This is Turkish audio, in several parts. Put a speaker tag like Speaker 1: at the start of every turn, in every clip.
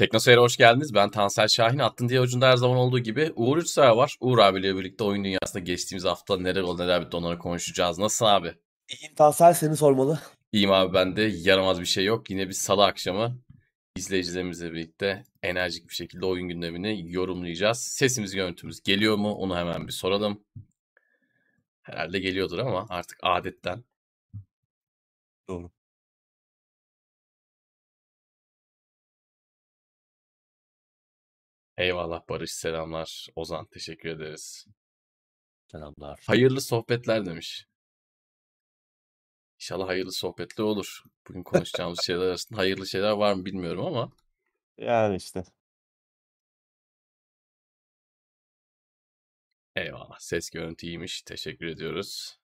Speaker 1: Teknoseyir'e hoş geldiniz. Ben Tansel Şahin. Attın diye ucunda her zaman olduğu gibi Uğur Üçser var. Uğur abiyle birlikte oyun dünyasında geçtiğimiz hafta neler oldu neler bitti onları konuşacağız. Nasılsın abi?
Speaker 2: İyiyim Tansel seni sormalı.
Speaker 1: İyiyim abi, ben de yaramaz bir şey yok. Yine bir salı akşamı izleyicilerimizle birlikte enerjik bir şekilde oyun gündemini yorumlayacağız. Sesimiz görüntümüz geliyor mu? Onu hemen bir soralım. Herhalde geliyordur ama artık adetten.
Speaker 2: Doğru.
Speaker 1: Eyvallah Barış, selamlar. Ozan, teşekkür ederiz.
Speaker 2: Selamlar.
Speaker 1: Hayırlı sohbetler demiş. İnşallah hayırlı sohbetler olur. Bugün konuşacağımız şeyler arasında hayırlı şeyler var mı bilmiyorum ama.
Speaker 2: Yani işte.
Speaker 1: Eyvallah. Ses görüntü iyiymiş. Teşekkür ediyoruz.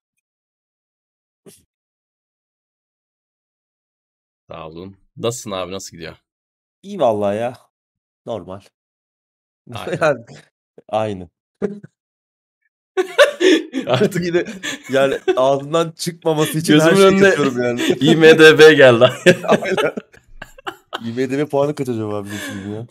Speaker 1: Sağ olun. Nasılsın abi? Nasıl gidiyor?
Speaker 2: İyi vallahi ya. Normal.
Speaker 1: Aynen.
Speaker 2: Yani aynı.
Speaker 1: Artık
Speaker 2: Yine yani ağzından çıkmaması için her
Speaker 1: gözümün
Speaker 2: şeyi
Speaker 1: önüne
Speaker 2: yapıyorum yani.
Speaker 1: IMDb geldi.
Speaker 2: Aynen. IMDb puanı kaç acaba bizim filmin ya?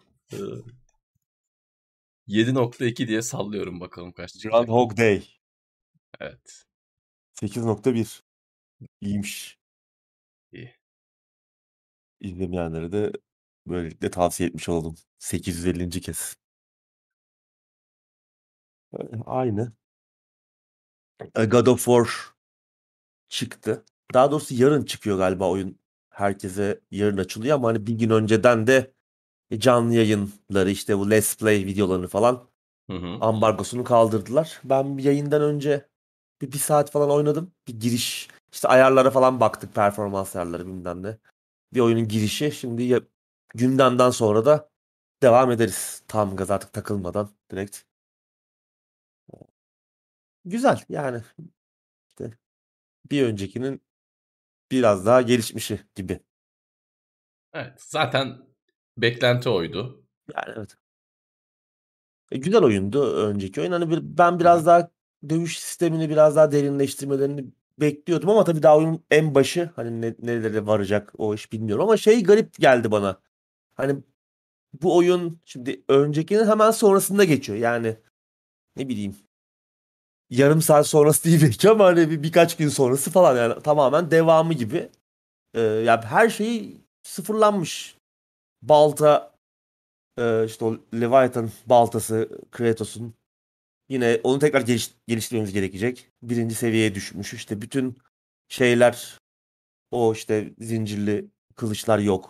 Speaker 1: 7.2 diye sallıyorum, bakalım kaç çıkacak.
Speaker 2: Groundhog Day.
Speaker 1: Evet.
Speaker 2: 8.1. İyiymiş.
Speaker 1: İyi.
Speaker 2: İzlemeyenlere de böylelikle tavsiye etmiş oldum. 850. kez. Aynı. God of War çıktı. Daha doğrusu yarın çıkıyor galiba oyun. Herkese yarın açılıyor ama hani bir gün önceden de canlı yayınları işte bu Let's Play videolarını falan
Speaker 1: Hı hı.
Speaker 2: ambargosunu kaldırdılar. Ben bir yayından önce bir saat falan oynadım. Bir giriş işte ayarlara falan baktık, performans ayarları bilmem ne. Bir oyunun girişi. Şimdi gündemden sonra da devam ederiz. Tam gaz artık takılmadan direkt. Güzel yani işte bir öncekinin biraz daha gelişmişi gibi.
Speaker 1: Evet. Zaten beklenti oydu.
Speaker 2: Yani evet. Güzel oyundu önceki oyun. Hani ben
Speaker 1: Hı hı.
Speaker 2: biraz daha dövüş sistemini biraz daha derinleştirmelerini bekliyordum ama tabii daha oyunun en başı hani nerelere varacak o iş bilmiyorum ama şey garip geldi bana. Hani bu oyun şimdi öncekinin hemen sonrasında geçiyor. Yani ne bileyim yarım saat sonrası değil belki ama hani birkaç gün sonrası falan yani tamamen devamı gibi. Yani her şey sıfırlanmış. Balta işte o Leviathan baltası Kratos'un. Yine onu tekrar geliştirmemiz gerekecek. Birinci seviyeye düşmüş. İşte bütün şeyler o işte zincirli kılıçlar yok.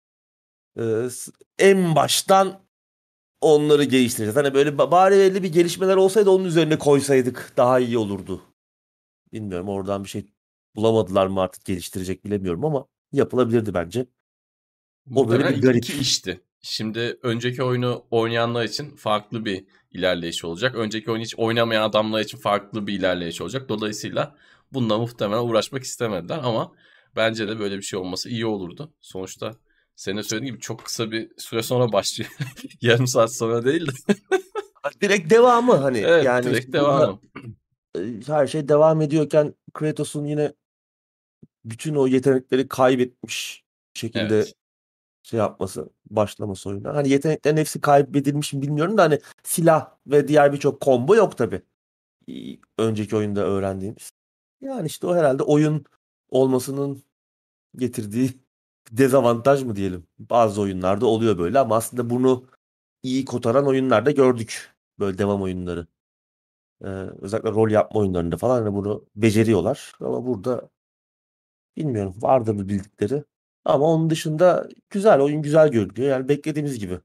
Speaker 2: En baştan onları geliştireceğiz. Hani böyle bari belli bir gelişmeler olsaydı onun üzerine koysaydık daha iyi olurdu. Bilmiyorum oradan bir şey bulamadılar mı artık geliştirecek bilemiyorum ama yapılabilirdi bence. O böyle
Speaker 1: Muhtemelen
Speaker 2: bir garip.
Speaker 1: iki işti. Şimdi önceki oyunu oynayanlar için farklı bir ilerleyiş olacak. Önceki oyunu hiç oynamayan adamlar için farklı bir ilerleyiş olacak. Dolayısıyla bununla muhtemelen uğraşmak istemediler ama bence de böyle bir şey olması iyi olurdu. Sonuçta senin de söylediğin gibi çok kısa bir süre sonra başlıyor. Yarım saat sonra değil de.
Speaker 2: Direkt devamı hani
Speaker 1: Evet,
Speaker 2: yani işte
Speaker 1: direkt
Speaker 2: burada
Speaker 1: devamı.
Speaker 2: her şey devam ediyorken Kratos'un yine bütün o yetenekleri kaybetmiş şekilde
Speaker 1: Evet.
Speaker 2: şey yapması, başlaması oyuna. Hani yeteneklerin hepsi kaybedilmiş mi bilmiyorum da hani silah ve diğer birçok combo yok tabii. Önceki oyunda öğrendiğimiz. Yani işte o herhalde oyun olmasının getirdiği dezavantaj mı diyelim. Bazı oyunlarda oluyor böyle ama aslında bunu iyi kotaran oyunlarda gördük. Böyle devam oyunları. Özellikle rol yapma oyunlarında falan hani bunu beceriyorlar. Ama burada bilmiyorum vardır mı bildikleri. Ama onun dışında güzel oyun güzel görünüyor. Yani beklediğimiz gibi.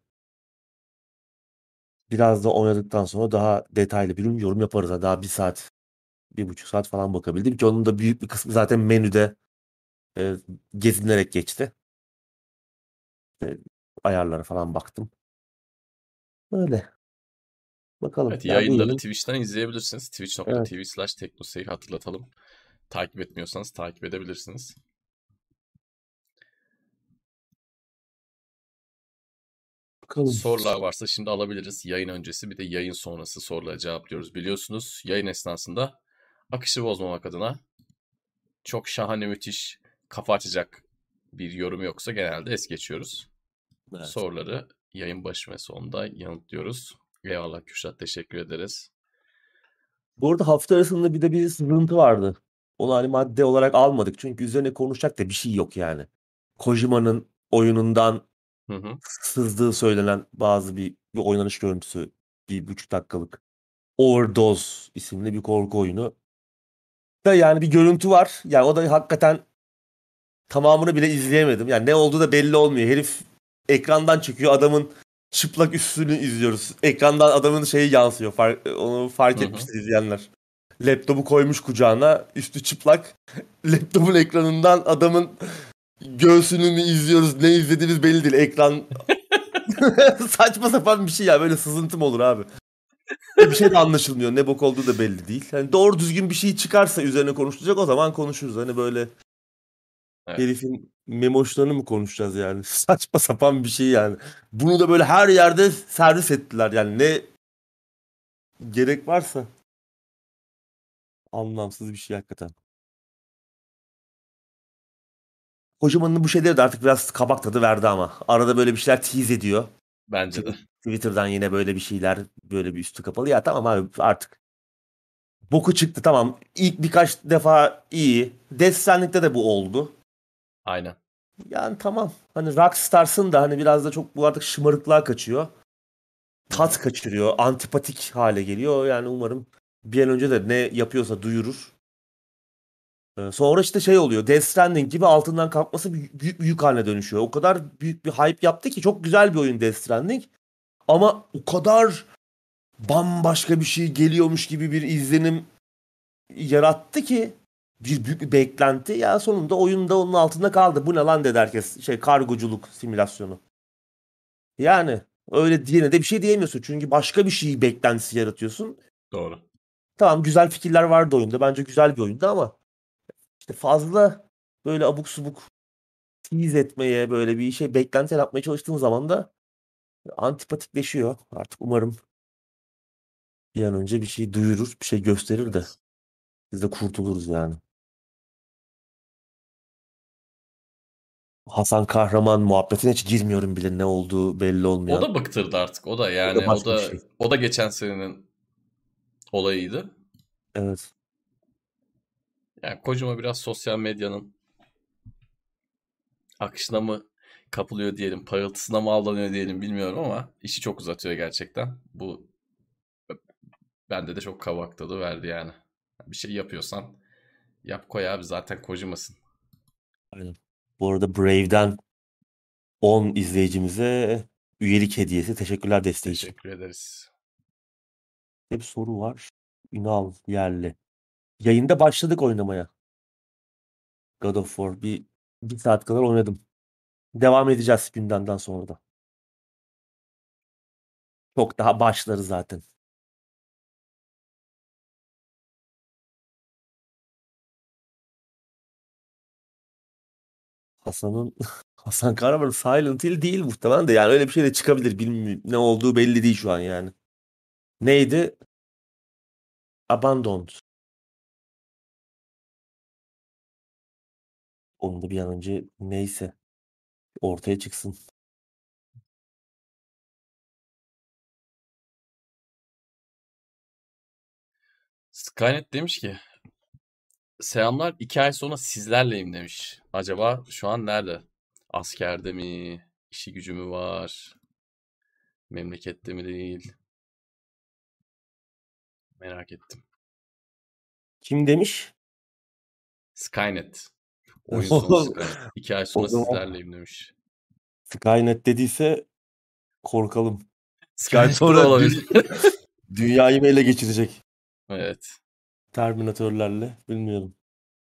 Speaker 2: Biraz da oynadıktan sonra daha detaylı bir yorum yaparız. Daha bir saat, 1,5 saat falan bakabildim ki onun da büyük bir kısmı zaten menüde e, gezinilerek geçti. E, ayarlara falan baktım. Öyle. Bakalım.
Speaker 1: Evet,
Speaker 2: Ya bu
Speaker 1: yayınları
Speaker 2: yılın
Speaker 1: Twitch'ten izleyebilirsiniz.
Speaker 2: evet.
Speaker 1: Twitch.tv/teknoseyir hatırlatalım. Takip etmiyorsanız takip edebilirsiniz.
Speaker 2: Bakalım.
Speaker 1: Sorular varsa şimdi alabiliriz. Yayın öncesi bir de yayın sonrası soruları cevaplıyoruz. Biliyorsunuz yayın esnasında akışı bozmamak adına çok şahane, müthiş, kafa açacak bir yorum yoksa genelde es geçiyoruz.
Speaker 2: Evet.
Speaker 1: Soruları yayın başı ve sonunda yanıtlıyoruz. Eyvallah Kürşat, teşekkür ederiz.
Speaker 2: Bu arada hafta arasında bir de bir sızıntı vardı. Onu hani madde olarak almadık. Çünkü üzerine konuşacak da bir şey yok yani. Kojima'nın oyunundan
Speaker 1: Hı hı.
Speaker 2: sızdığı söylenen bazı bir oynanış görüntüsü. 1,5 dakikalık. Overdose isimli bir korku oyunu. Da yani bir görüntü var. Yani o da hakikaten tamamını bile izleyemedim. Yani ne olduğu da belli olmuyor. Herif ekrandan çıkıyor. Adamın çıplak üstünü izliyoruz. Ekrandan adamın şeyi yansıyor. Onu fark
Speaker 1: Hı hı.
Speaker 2: etmiştir izleyenler. Laptopu koymuş kucağına. Üstü çıplak. Laptopun ekranından adamın göğsünü mü izliyoruz? Ne izlediğimiz belli değil. Ekran saçma sapan bir şey ya. Böyle sızıntı mı olur abi? Bir şey de anlaşılmıyor. Ne bok olduğu da belli değil. Yani doğru düzgün bir şey çıkarsa üzerine konuşulacak, o zaman konuşuruz. Hani böyle
Speaker 1: Evet.
Speaker 2: herifin memoşlarını mı konuşacağız yani? Saçma sapan bir şey yani. Bunu da böyle her yerde servis ettiler. Yani ne gerek varsa. Anlamsız bir şey hakikaten. Kocaman'ın bu şeyleri de artık biraz kabak tadı verdi ama. Arada böyle bir şeyler tease ediyor.
Speaker 1: Bence de.
Speaker 2: Twitter'dan yine böyle bir şeyler, böyle bir üstü kapalı. Ya tamam abi, artık boku çıktı, tamam. İlk birkaç defa iyi. Death Stranding'de de bu oldu.
Speaker 1: Aynen.
Speaker 2: Yani tamam. Hani Rockstars'ın da hani biraz da çok bu artık şımarıklığa kaçıyor.
Speaker 1: Hı hı.
Speaker 2: Tat kaçırıyor. Antipatik hale geliyor. Yani umarım bir an önce de ne yapıyorsa duyurur. Sonra işte şey oluyor. Death Stranding gibi altından kalkması büyük bir yük haline dönüşüyor. O kadar büyük bir hype yaptı ki, çok güzel bir oyun Death Stranding. Ama o kadar bambaşka bir şey geliyormuş gibi bir izlenim yarattı ki, büyük bir beklenti. Ya sonunda oyunda onun altında kaldı. Bu ne lan dedi herkes. Kargoculuk simülasyonu. Yani öyle diyene de bir şey diyemiyorsun. Çünkü başka bir şey beklentisi yaratıyorsun.
Speaker 1: Doğru.
Speaker 2: Tamam, güzel fikirler vardı oyunda. Bence güzel bir oyundu ama işte fazla böyle abuk subuk tease etmeye, böyle bir şey beklenti yaratmaya çalıştığın zaman da antipatikleşiyor. Artık umarım bir an önce bir şey duyurur, bir şey gösterir de
Speaker 1: Evet.
Speaker 2: biz de kurtuluruz yani. Hasan Kahraman muhabbetine hiç girmiyorum bile, ne olduğu belli
Speaker 1: O
Speaker 2: olmayan.
Speaker 1: da bıktırdı artık. O da
Speaker 2: O da
Speaker 1: yani o
Speaker 2: başka bir
Speaker 1: da
Speaker 2: şey.
Speaker 1: o da geçen senenin olayıydı.
Speaker 2: Evet.
Speaker 1: Yani Kojima biraz sosyal medyanın akışına mı kapılıyor diyelim, parıltısına mı aldanıyor diyelim bilmiyorum ama işi çok uzatıyor gerçekten. Bu bende de çok kavak tadı verdi yani. Bir şey yapıyorsan yap koy abi, zaten Kojima'sın.
Speaker 2: Aynen. Bu arada Brave'den 10 izleyicimize üyelik hediyesi. Teşekkürler desteği için.
Speaker 1: Teşekkür ederiz.
Speaker 2: Bir soru var. Ünal Yerli. Yayında başladık oynamaya. God of War. Bir saat kadar oynadım. Devam edeceğiz gündemden sonra da. Çok daha başları zaten. Hasan'ın Hasan Kahraman Silent Hill değil muhtemelen de, yani öyle bir şey de çıkabilir. Bilmiyorum, ne olduğu belli değil şu an yani. Neydi? Abandoned. Onu da bir an önce neyse ortaya çıksın.
Speaker 1: Skynet demiş ki selamlar, 2 ay sonra sizlerleyim demiş. Acaba şu an nerede? Askerde mi? İşi gücü mü var? Memlekette mi değil? Merak ettim.
Speaker 2: Kim demiş?
Speaker 1: Skynet. Oyun sonu Skynet. 2 ay
Speaker 2: O
Speaker 1: sonra
Speaker 2: zaman
Speaker 1: sizlerleyim demiş.
Speaker 2: Skynet dediyse korkalım. 2 ay
Speaker 1: Skynet'te de
Speaker 2: sonra
Speaker 1: olabilir.
Speaker 2: dünyayı mı ele geçirecek?
Speaker 1: Evet.
Speaker 2: Terminatörlerle bilmiyorum.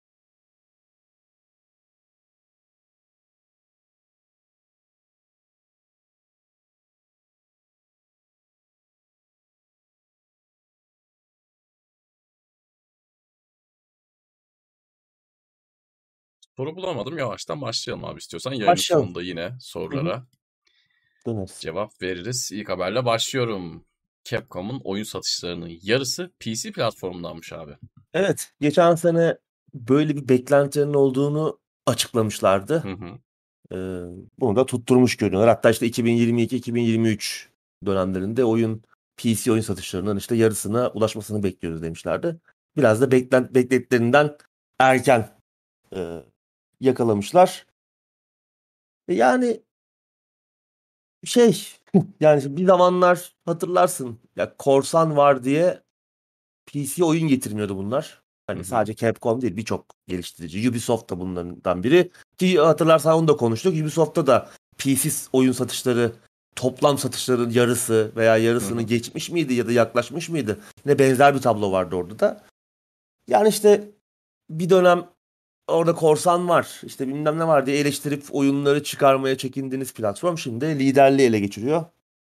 Speaker 1: Soru bulamadım. Yavaştan başlayalım abi istiyorsan. Yayının
Speaker 2: Başlayalım.
Speaker 1: sonunda yine
Speaker 2: Hı hı.
Speaker 1: sorulara
Speaker 2: Döneriz.
Speaker 1: cevap veririz. İlk haberle başlıyorum. Capcom'un oyun satışlarının yarısı PC platformundanmış abi.
Speaker 2: Evet, geçen sene böyle bir beklentilerin olduğunu
Speaker 1: Hı
Speaker 2: açıklamışlardı.
Speaker 1: hı.
Speaker 2: Ee, Bunu da tutturmuş görünüyorlar. Hatta işte 2022-2023 dönemlerinde PC oyun satışlarının işte yarısına ulaşmasını bekliyoruz demişlerdi. Biraz da beklentilerimden erken e, yakalamışlar. Yani şey yani şimdi bir zamanlar hatırlarsın ya korsan var diye PC oyun getirmiyordu bunlar.
Speaker 1: Hı
Speaker 2: Hani
Speaker 1: hı.
Speaker 2: sadece Capcom değil birçok geliştirici. Ubisoft da bunlardan biri. Ki hatırlarsan onu da konuştuk. Ubisoft'ta da PC oyun satışları toplam satışların yarısı veya
Speaker 1: Hı
Speaker 2: yarısını
Speaker 1: hı.
Speaker 2: geçmiş miydi ya da yaklaşmış mıydı? Yine benzer bir tablo vardı orada da. Yani işte bir dönem orada korsan var, işte bilmem ne var diye eleştirip oyunları çıkarmaya çekindiğiniz platform şimdi liderliği ele geçiriyor.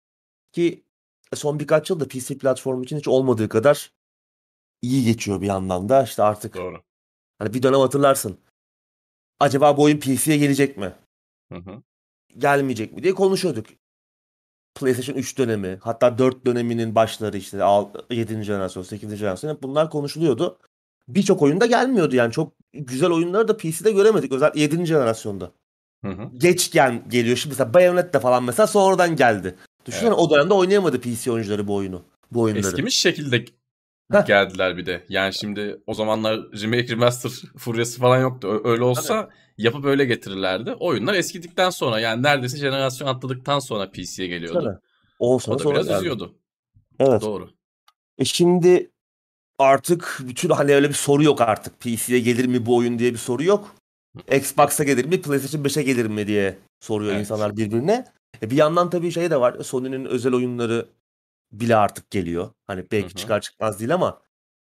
Speaker 2: Ki son birkaç yılda PC platformu için hiç olmadığı kadar iyi geçiyor bir yandan da. İşte artık
Speaker 1: Doğru.
Speaker 2: hani bir dönem hatırlarsın. Acaba bu oyun PC'ye gelecek mi?
Speaker 1: Hı hı.
Speaker 2: Gelmeyecek mi diye konuşuyorduk. PlayStation 3 dönemi, hatta 4 döneminin başları işte 7. jenerasyon, 8. jenerasyon hep bunlar konuşuluyordu. Birçok oyunda gelmiyordu yani. Çok güzel oyunları da PC'de göremedik. Özellikle 7. jenerasyonda.
Speaker 1: Hı hı.
Speaker 2: Geliyor. Şimdi mesela Bayonetta falan mesela sonradan geldi. Düşünsene
Speaker 1: Evet.
Speaker 2: o dönemde oynayamadı PC oyuncuları bu oyunları.
Speaker 1: Eskimiş şekilde
Speaker 2: Heh,
Speaker 1: geldiler bir de. Yani şimdi o zamanlar remake remaster furyası falan yoktu. Öyle
Speaker 2: tabii.
Speaker 1: olsa yapıp öyle getirirlerdi. Oyunlar eskidikten sonra yani neredeyse jenerasyon atladıktan sonra PC'ye geliyordu.
Speaker 2: Düşünsene. 10
Speaker 1: O
Speaker 2: sene
Speaker 1: da
Speaker 2: sonra
Speaker 1: biraz
Speaker 2: geldi.
Speaker 1: üzüyordu.
Speaker 2: Evet.
Speaker 1: Doğru.
Speaker 2: Şimdi artık bütün hani öyle bir soru yok artık. PC'ye gelir mi bu oyun diye bir soru yok. Xbox'a gelir mi, PlayStation 5'e gelir mi diye soruyor
Speaker 1: Evet.
Speaker 2: insanlar birbirine. Bir yandan tabii şey de var. Sony'nin özel oyunları bile artık geliyor. Hani
Speaker 1: Hı
Speaker 2: belki
Speaker 1: hı.
Speaker 2: çıkar çıkmaz değil ama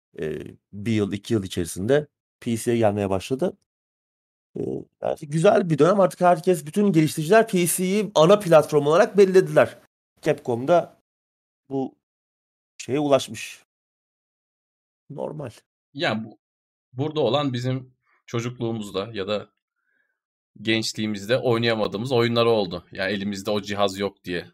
Speaker 2: bir yıl, 2 yıl içerisinde PC'ye gelmeye başladı. E, Yani güzel bir dönem. Artık bütün geliştiriciler PC'yi ana platform olarak belirlediler. Capcom da bu şeye ulaşmış. Normal.
Speaker 1: Yani burada olan bizim çocukluğumuzda ya da gençliğimizde oynayamadığımız oyunlar oldu. Yani elimizde o cihaz yok diye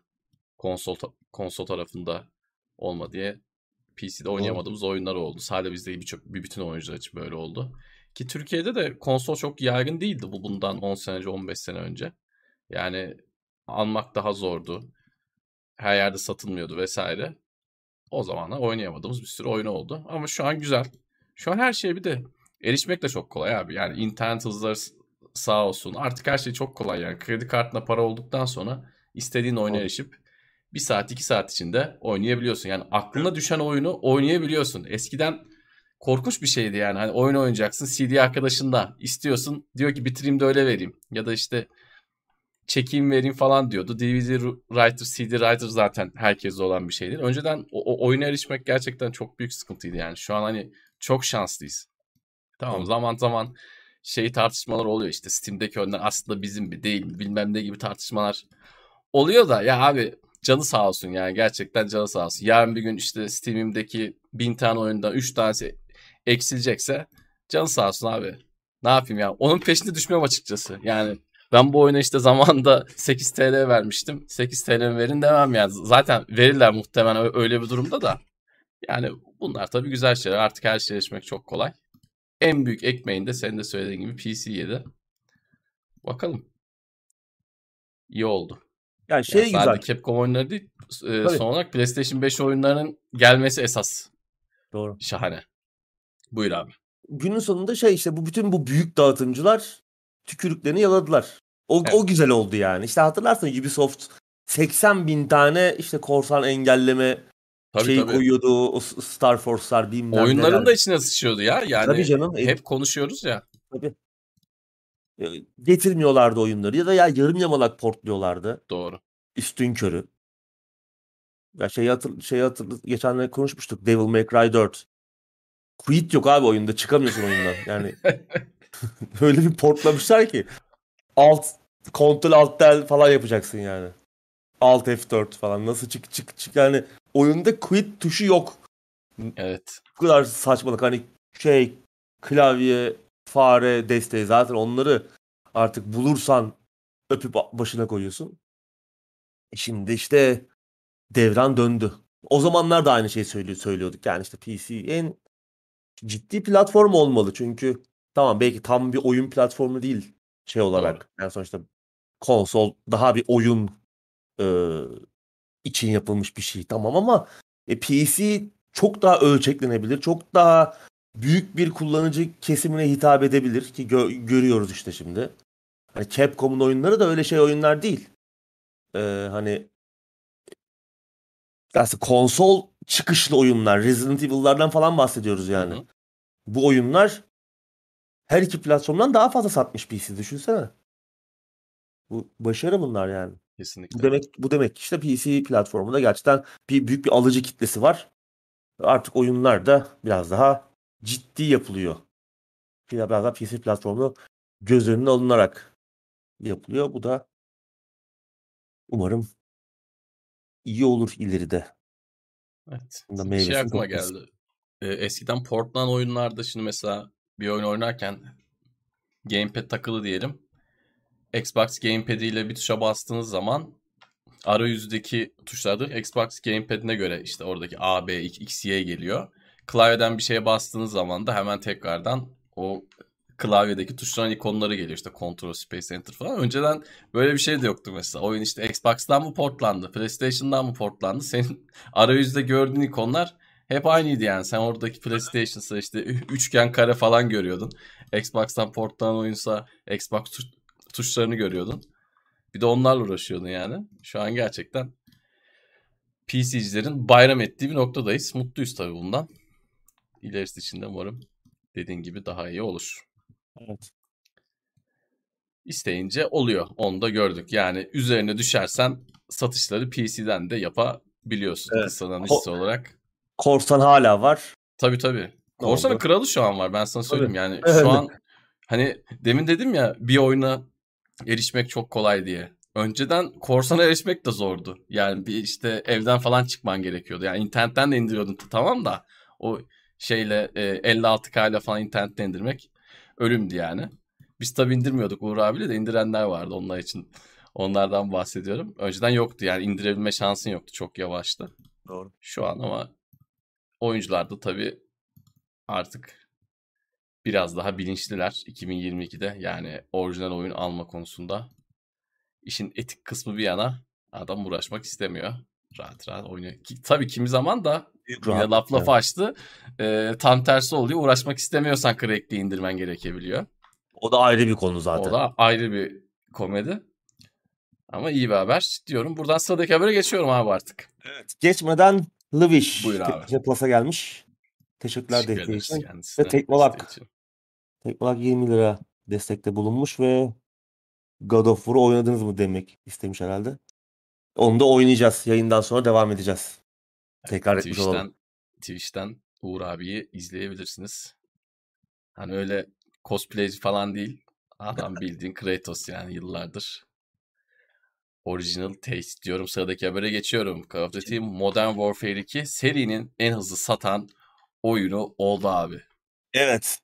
Speaker 1: konsol tarafında olma diye PC'de
Speaker 2: Doğru.
Speaker 1: oynayamadığımız oyunlar oldu. Sadece bizde bir bütün oyuncular için böyle oldu. Ki Türkiye'de de konsol çok yaygın değildi bu bundan 10 sene önce, 15 sene önce. Yani almak daha zordu. Her yerde satılmıyordu vesaire. O zamanlar oynayamadığımız bir sürü oyun oldu. Ama şu an güzel. Şu an her şeye bir de erişmek de çok kolay abi. Yani internet hızları sağ olsun. Artık her şey çok kolay yani. Kredi kartına para olduktan sonra istediğin oyuna
Speaker 2: Doğru.
Speaker 1: erişip bir saat 2 saat içinde oynayabiliyorsun. Yani aklına düşen oyunu oynayabiliyorsun. Eskiden korkunç bir şeydi yani. Hani oyun oynayacaksın. CD arkadaşında istiyorsun. Diyor ki bitireyim de öyle vereyim. Ya da işte çekeyim vereyim falan diyordu. DVD writer, CD writer zaten herkeste olan bir şeydir. Önceden o oyuna erişmek gerçekten çok büyük sıkıntıydı yani. Şu an hani çok şanslıyız. Tamam
Speaker 2: Doğru.
Speaker 1: zaman zaman şey tartışmalar oluyor işte Steam'deki oyunlar aslında bizim mi değil mi bilmem ne gibi tartışmalar oluyor da ya abi canı sağ olsun yani gerçekten canı sağ olsun. Yarın bir gün işte Steam'imdeki 1000 tane oyundan 3 tanesi eksilecekse canı sağ olsun abi. Ne yapayım ya? Onun peşine düşmem açıkçası. Yani ben bu oyuna işte zamanında 8 TL vermiştim. 8 TL verin demem yani. Zaten verirler muhtemelen öyle bir durumda da. Yani bunlar tabii güzel şeyler. Artık her şeye erişmek çok kolay. En büyük ekmeğini de senin de söylediğin gibi PC yedi. Bakalım. İyi oldu.
Speaker 2: Yani
Speaker 1: Yani
Speaker 2: şey güzel.
Speaker 1: sadece Capcom oyunları değil,
Speaker 2: Tabii.
Speaker 1: son olarak PlayStation 5 oyunlarının gelmesi esas
Speaker 2: Doğru.
Speaker 1: şahane. Buyur abi.
Speaker 2: Günün sonunda işte bütün bu büyük dağıtımcılar tükürüklerini yaladılar. O
Speaker 1: Evet.
Speaker 2: güzel oldu yani. İşte hatırlarsın Ubisoft 80 bin tane işte korsan engelleme
Speaker 1: Tabii
Speaker 2: şeyi
Speaker 1: tabii.
Speaker 2: koyuyordu. O Star Force'lar bilmem neler.
Speaker 1: Oyunların da içine sıçıyordu ya.
Speaker 2: Tabii
Speaker 1: Yani
Speaker 2: canım.
Speaker 1: hep konuşuyoruz ya.
Speaker 2: Tabii. Getirmiyorlardı oyunları ya da ya yarım yamalak portluyorlardı.
Speaker 1: Doğru.
Speaker 2: Üstün körü. Ya geçenlerde konuşmuştuk Devil May Cry 4. Quit yok abi oyunda. Çıkamıyorsun oyundan. Yani öyle bir portlamışlar ki. Alt Ctrl Alt Del falan yapacaksın yani. Alt F4 falan. Nasıl çık yani oyunda quit tuşu yok.
Speaker 1: Evet.
Speaker 2: Bu kadar saçmalık hani klavye, fare desteği zaten onları artık bulursan öpüp başına koyuyorsun. Şimdi işte devran döndü. O zamanlar da aynı şeyi söylüyorduk. Yani işte PC en ciddi platform olmalı. Çünkü tamam belki tam bir oyun platformu değil şey
Speaker 1: Doğru.
Speaker 2: olarak. Yani sonuçta Konsol daha bir oyun e, için yapılmış bir şey, tamam, ama PC çok daha ölçeklenebilir. Çok daha büyük bir kullanıcı kesimine hitap edebilir ki görüyoruz işte şimdi. Hani Capcom'un oyunları da öyle şey oyunlar değil. Hani aslında konsol çıkışlı oyunlar. Resident Evil'lardan falan bahsediyoruz
Speaker 1: Hı
Speaker 2: yani.
Speaker 1: hı.
Speaker 2: Bu oyunlar her iki platformdan daha fazla satmış PC, düşünsene. Bu başarı bunlar yani. Bu
Speaker 1: Kesinlikle.
Speaker 2: demek bu demek işte PC platformunda gerçekten büyük bir alıcı kitlesi var. Artık oyunlar da biraz daha ciddi yapılıyor. Biraz daha PC platformu göz önüne alınarak yapılıyor. Bu da umarım iyi olur ileride.
Speaker 1: Evet.
Speaker 2: Bunda
Speaker 1: Bir şey
Speaker 2: meyvesini
Speaker 1: aklıma
Speaker 2: toplarız.
Speaker 1: geldi. Eskiden portlanan oyunlarda şimdi mesela bir oyun oynarken gamepad takılı diyelim. Xbox Gamepad ile bir tuşa bastığınız zaman arayüzdeki tuşlarda Xbox Gamepad'ine göre işte oradaki A, B, X, Y geliyor. Klavyeden bir şeye bastığınız zaman da hemen tekrardan o klavyedeki tuşların ikonları geliyor. İşte Ctrl, Space, Enter falan. Önceden böyle bir şey de yoktu mesela. Oyun işte Xbox'tan mı portlandı, PlayStation'dan mı portlandı? Senin arayüzde gördüğün ikonlar hep aynıydı yani. Sen oradaki PlayStation'sa işte üçgen, kare falan görüyordun. Xbox'tan portlanan oyunsa Xbox tuşlarını görüyordun. Bir de onlarla uğraşıyordun yani. Şu an gerçekten PC'cilerin bayram ettiği bir noktadayız. Mutluyuz tabii bundan. İlerisi için de umarım dediğin gibi daha iyi olur.
Speaker 2: Evet.
Speaker 1: İsteyince oluyor. Onu da gördük. Yani üzerine düşersen satışları PC'den de yapabiliyorsun
Speaker 2: Evet.
Speaker 1: kısadan hisse olarak.
Speaker 2: Korsan hala var.
Speaker 1: Tabii tabii.
Speaker 2: Ne
Speaker 1: Korsanın
Speaker 2: oldu?
Speaker 1: kralı şu an var. Ben sana
Speaker 2: Tabii.
Speaker 1: söyleyeyim. Yani şu
Speaker 2: Evet.
Speaker 1: an hani demin dedim ya bir oyuna erişmek çok kolay diye. Önceden korsana erişmek de zordu. Yani bir işte evden falan çıkman gerekiyordu. Yani internetten de indiriyordun tamam da o şeyle 56K ile falan internetten indirmek ölümdü yani. Biz tabii indirmiyorduk, Uğur abiyle de indirenler vardı onlar için. Onlardan bahsediyorum. Önceden yoktu yani indirebilme şansın yoktu. Çok yavaştı.
Speaker 2: Doğru.
Speaker 1: Şu an ama oyuncular da tabii artık biraz daha bilinçliler 2022'de. Yani orijinal oyun alma konusunda. İşin etik kısmı bir yana adam uğraşmak istemiyor. Rahat rahat oynuyor. Tabii kimi zaman da
Speaker 2: Büyük
Speaker 1: yine laf
Speaker 2: rahatlıkla.
Speaker 1: lafı açtı. Tam tersi oluyor. Uğraşmak istemiyorsan crack'li indirmen gerekebiliyor.
Speaker 2: O da ayrı bir konu
Speaker 1: O
Speaker 2: zaten.
Speaker 1: da ayrı bir komedi. Ama iyi bir haber diyorum. Buradan sıradaki habere geçiyorum abi artık.
Speaker 2: Evet. Geçmeden Livish
Speaker 1: Buyur abi.
Speaker 2: Disney Plus'a gelmiş. Teşekkürler
Speaker 1: Teşekkür
Speaker 2: desteği
Speaker 1: ederiz
Speaker 2: için. Ve
Speaker 1: kendisine desteği
Speaker 2: Teknolak.
Speaker 1: için.
Speaker 2: Teknolak 20 lira destekte bulunmuş ve God of War'u oynadınız mı demek istemiş herhalde. Onu da oynayacağız. Yayından sonra devam edeceğiz. Tekrar etmiş olalım.
Speaker 1: Twitch'ten Uğur abiyi izleyebilirsiniz. Hani öyle cosplayci falan değil. Adam bildiğin Kratos yani yıllardır. Original Taste diyorum. Sıradaki habere geçiyorum. Call of Duty Modern Warfare 2 serinin en hızlı satan oyunu oldu abi.
Speaker 2: Evet.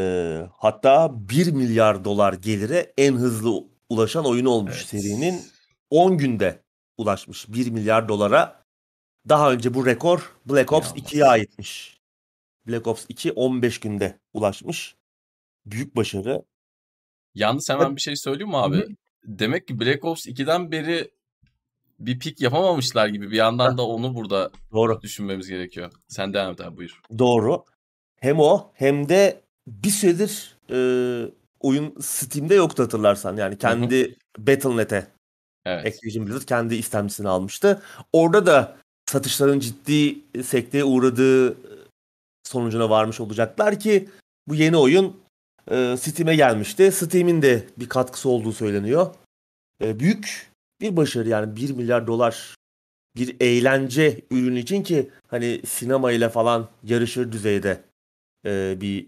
Speaker 2: Hatta 1 milyar dolar gelire en hızlı ulaşan oyunu olmuş
Speaker 1: Evet.
Speaker 2: serinin. 10 günde ulaşmış 1 milyar dolara. Daha önce bu rekor Black Ops 2'ye
Speaker 1: İnanılmaz.
Speaker 2: aitmiş. Black Ops 2 15 günde ulaşmış. Büyük başarı.
Speaker 1: Yalnız hemen bir şey söyleyeyim mi
Speaker 2: Hı hı.
Speaker 1: abi? Demek ki Black Ops 2'den beri bir pik yapamamışlar gibi. Bir yandan da onu burada
Speaker 2: Doğru.
Speaker 1: düşünmemiz gerekiyor. Sen devam et abi buyur.
Speaker 2: Doğru. Hem o hem de bir süredir oyun Steam'de yoktu, hatırlarsan. Yani
Speaker 1: Hı hı.
Speaker 2: kendi Battle.net'e
Speaker 1: Evet.
Speaker 2: Activision Blizzard kendi istemcisini almıştı. Orada da satışların ciddi sekteye uğradığı sonucuna varmış olacaklar ki bu yeni oyun Steam'e gelmişti. Steam'in de bir katkısı olduğu söyleniyor. Büyük bir başarı yani 1 milyar dolar bir eğlence ürünü için, ki hani sinema ile falan yarışır düzeyde bir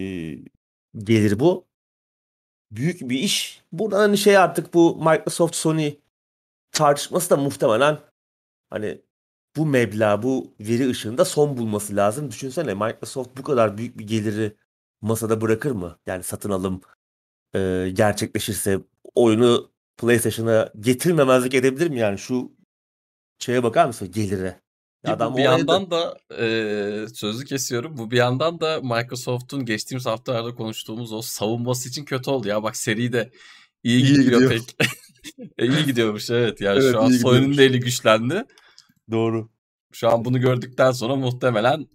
Speaker 2: gelir bu. Büyük bir iş. Buradan hani şey, artık bu Microsoft Sony tartışması da muhtemelen hani bu meblağ, bu veri ışığında son bulması lazım. Düşünsene, Microsoft bu kadar büyük bir geliri masada bırakır mı? Yani satın alım gerçekleşirse oyunu PlayStation'a getirmemezlik edebilir mi? Yani şu şeye bakar mısın, gelire?
Speaker 1: Ki
Speaker 2: Adam
Speaker 1: bu bir
Speaker 2: oraya da
Speaker 1: yandan da sözü kesiyorum. Bu bir yandan da Microsoft'un geçtiğimiz haftalarda konuştuğumuz o savunması için kötü oldu ya. Bak seri de iyi
Speaker 2: iyi
Speaker 1: gitmiyor
Speaker 2: gidiyor.
Speaker 1: pek. İyi gidiyormuş evet. Yani
Speaker 2: Evet,
Speaker 1: şu an
Speaker 2: iyi
Speaker 1: Sony'nin
Speaker 2: gidiyormuş.
Speaker 1: de eli güçlendi.
Speaker 2: Doğru.
Speaker 1: Şu an bunu gördükten sonra muhtemelen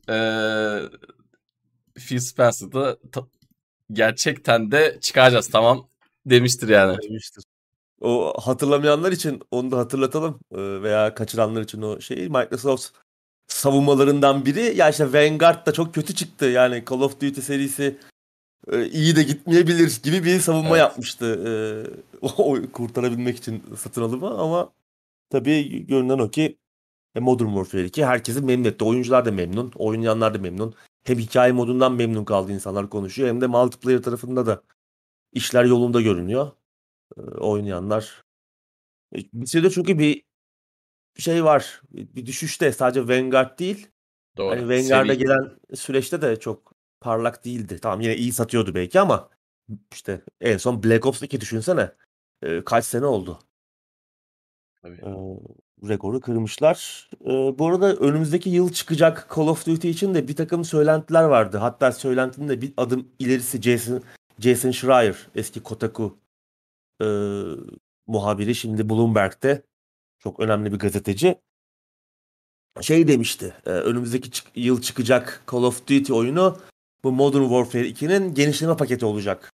Speaker 1: Phil Spencer'da gerçekten de çıkaracağız tamam demiştir yani.
Speaker 2: Demiştir. O hatırlamayanlar için onu da hatırlatalım. Veya kaçıranlar için o şey Microsoft savunmalarından biri. Ya işte Vanguard da çok kötü çıktı. Yani Call of Duty serisi iyi de gitmeyebilir gibi bir savunma
Speaker 1: Evet.
Speaker 2: yapmıştı. O kurtarabilmek için satın alımı ama tabii görünen o ki Modern Warfare 2 herkesi memnun etti. Oyuncular da memnun, oynayanlar da memnun. Hem hikaye modundan memnun kaldı insanlar konuşuyor hem de multiplayer tarafında da işler yolunda görünüyor. Oynayanlar. Bir sürede çünkü bir şey var. Bir düşüşte sadece Vanguard değil.
Speaker 1: Doğru.
Speaker 2: Hani Vanguard'a gelen süreçte de çok parlak değildi. Tamam yine iyi satıyordu belki ama işte en son Black Ops 2 düşünsene. Kaç sene oldu?
Speaker 1: Tabii.
Speaker 2: Ee, Rekoru kırmışlar. Bu arada önümüzdeki yıl çıkacak Call of Duty için de bir takım söylentiler vardı. Hatta söylentinin de bir adım ilerisi Jason Schreier, eski Kotaku e, muhabiri, şimdi Bloomberg'te çok önemli bir gazeteci. Şey demişti, önümüzdeki yıl çıkacak Call of Duty oyunu bu Modern Warfare 2'nin genişleme paketi olacak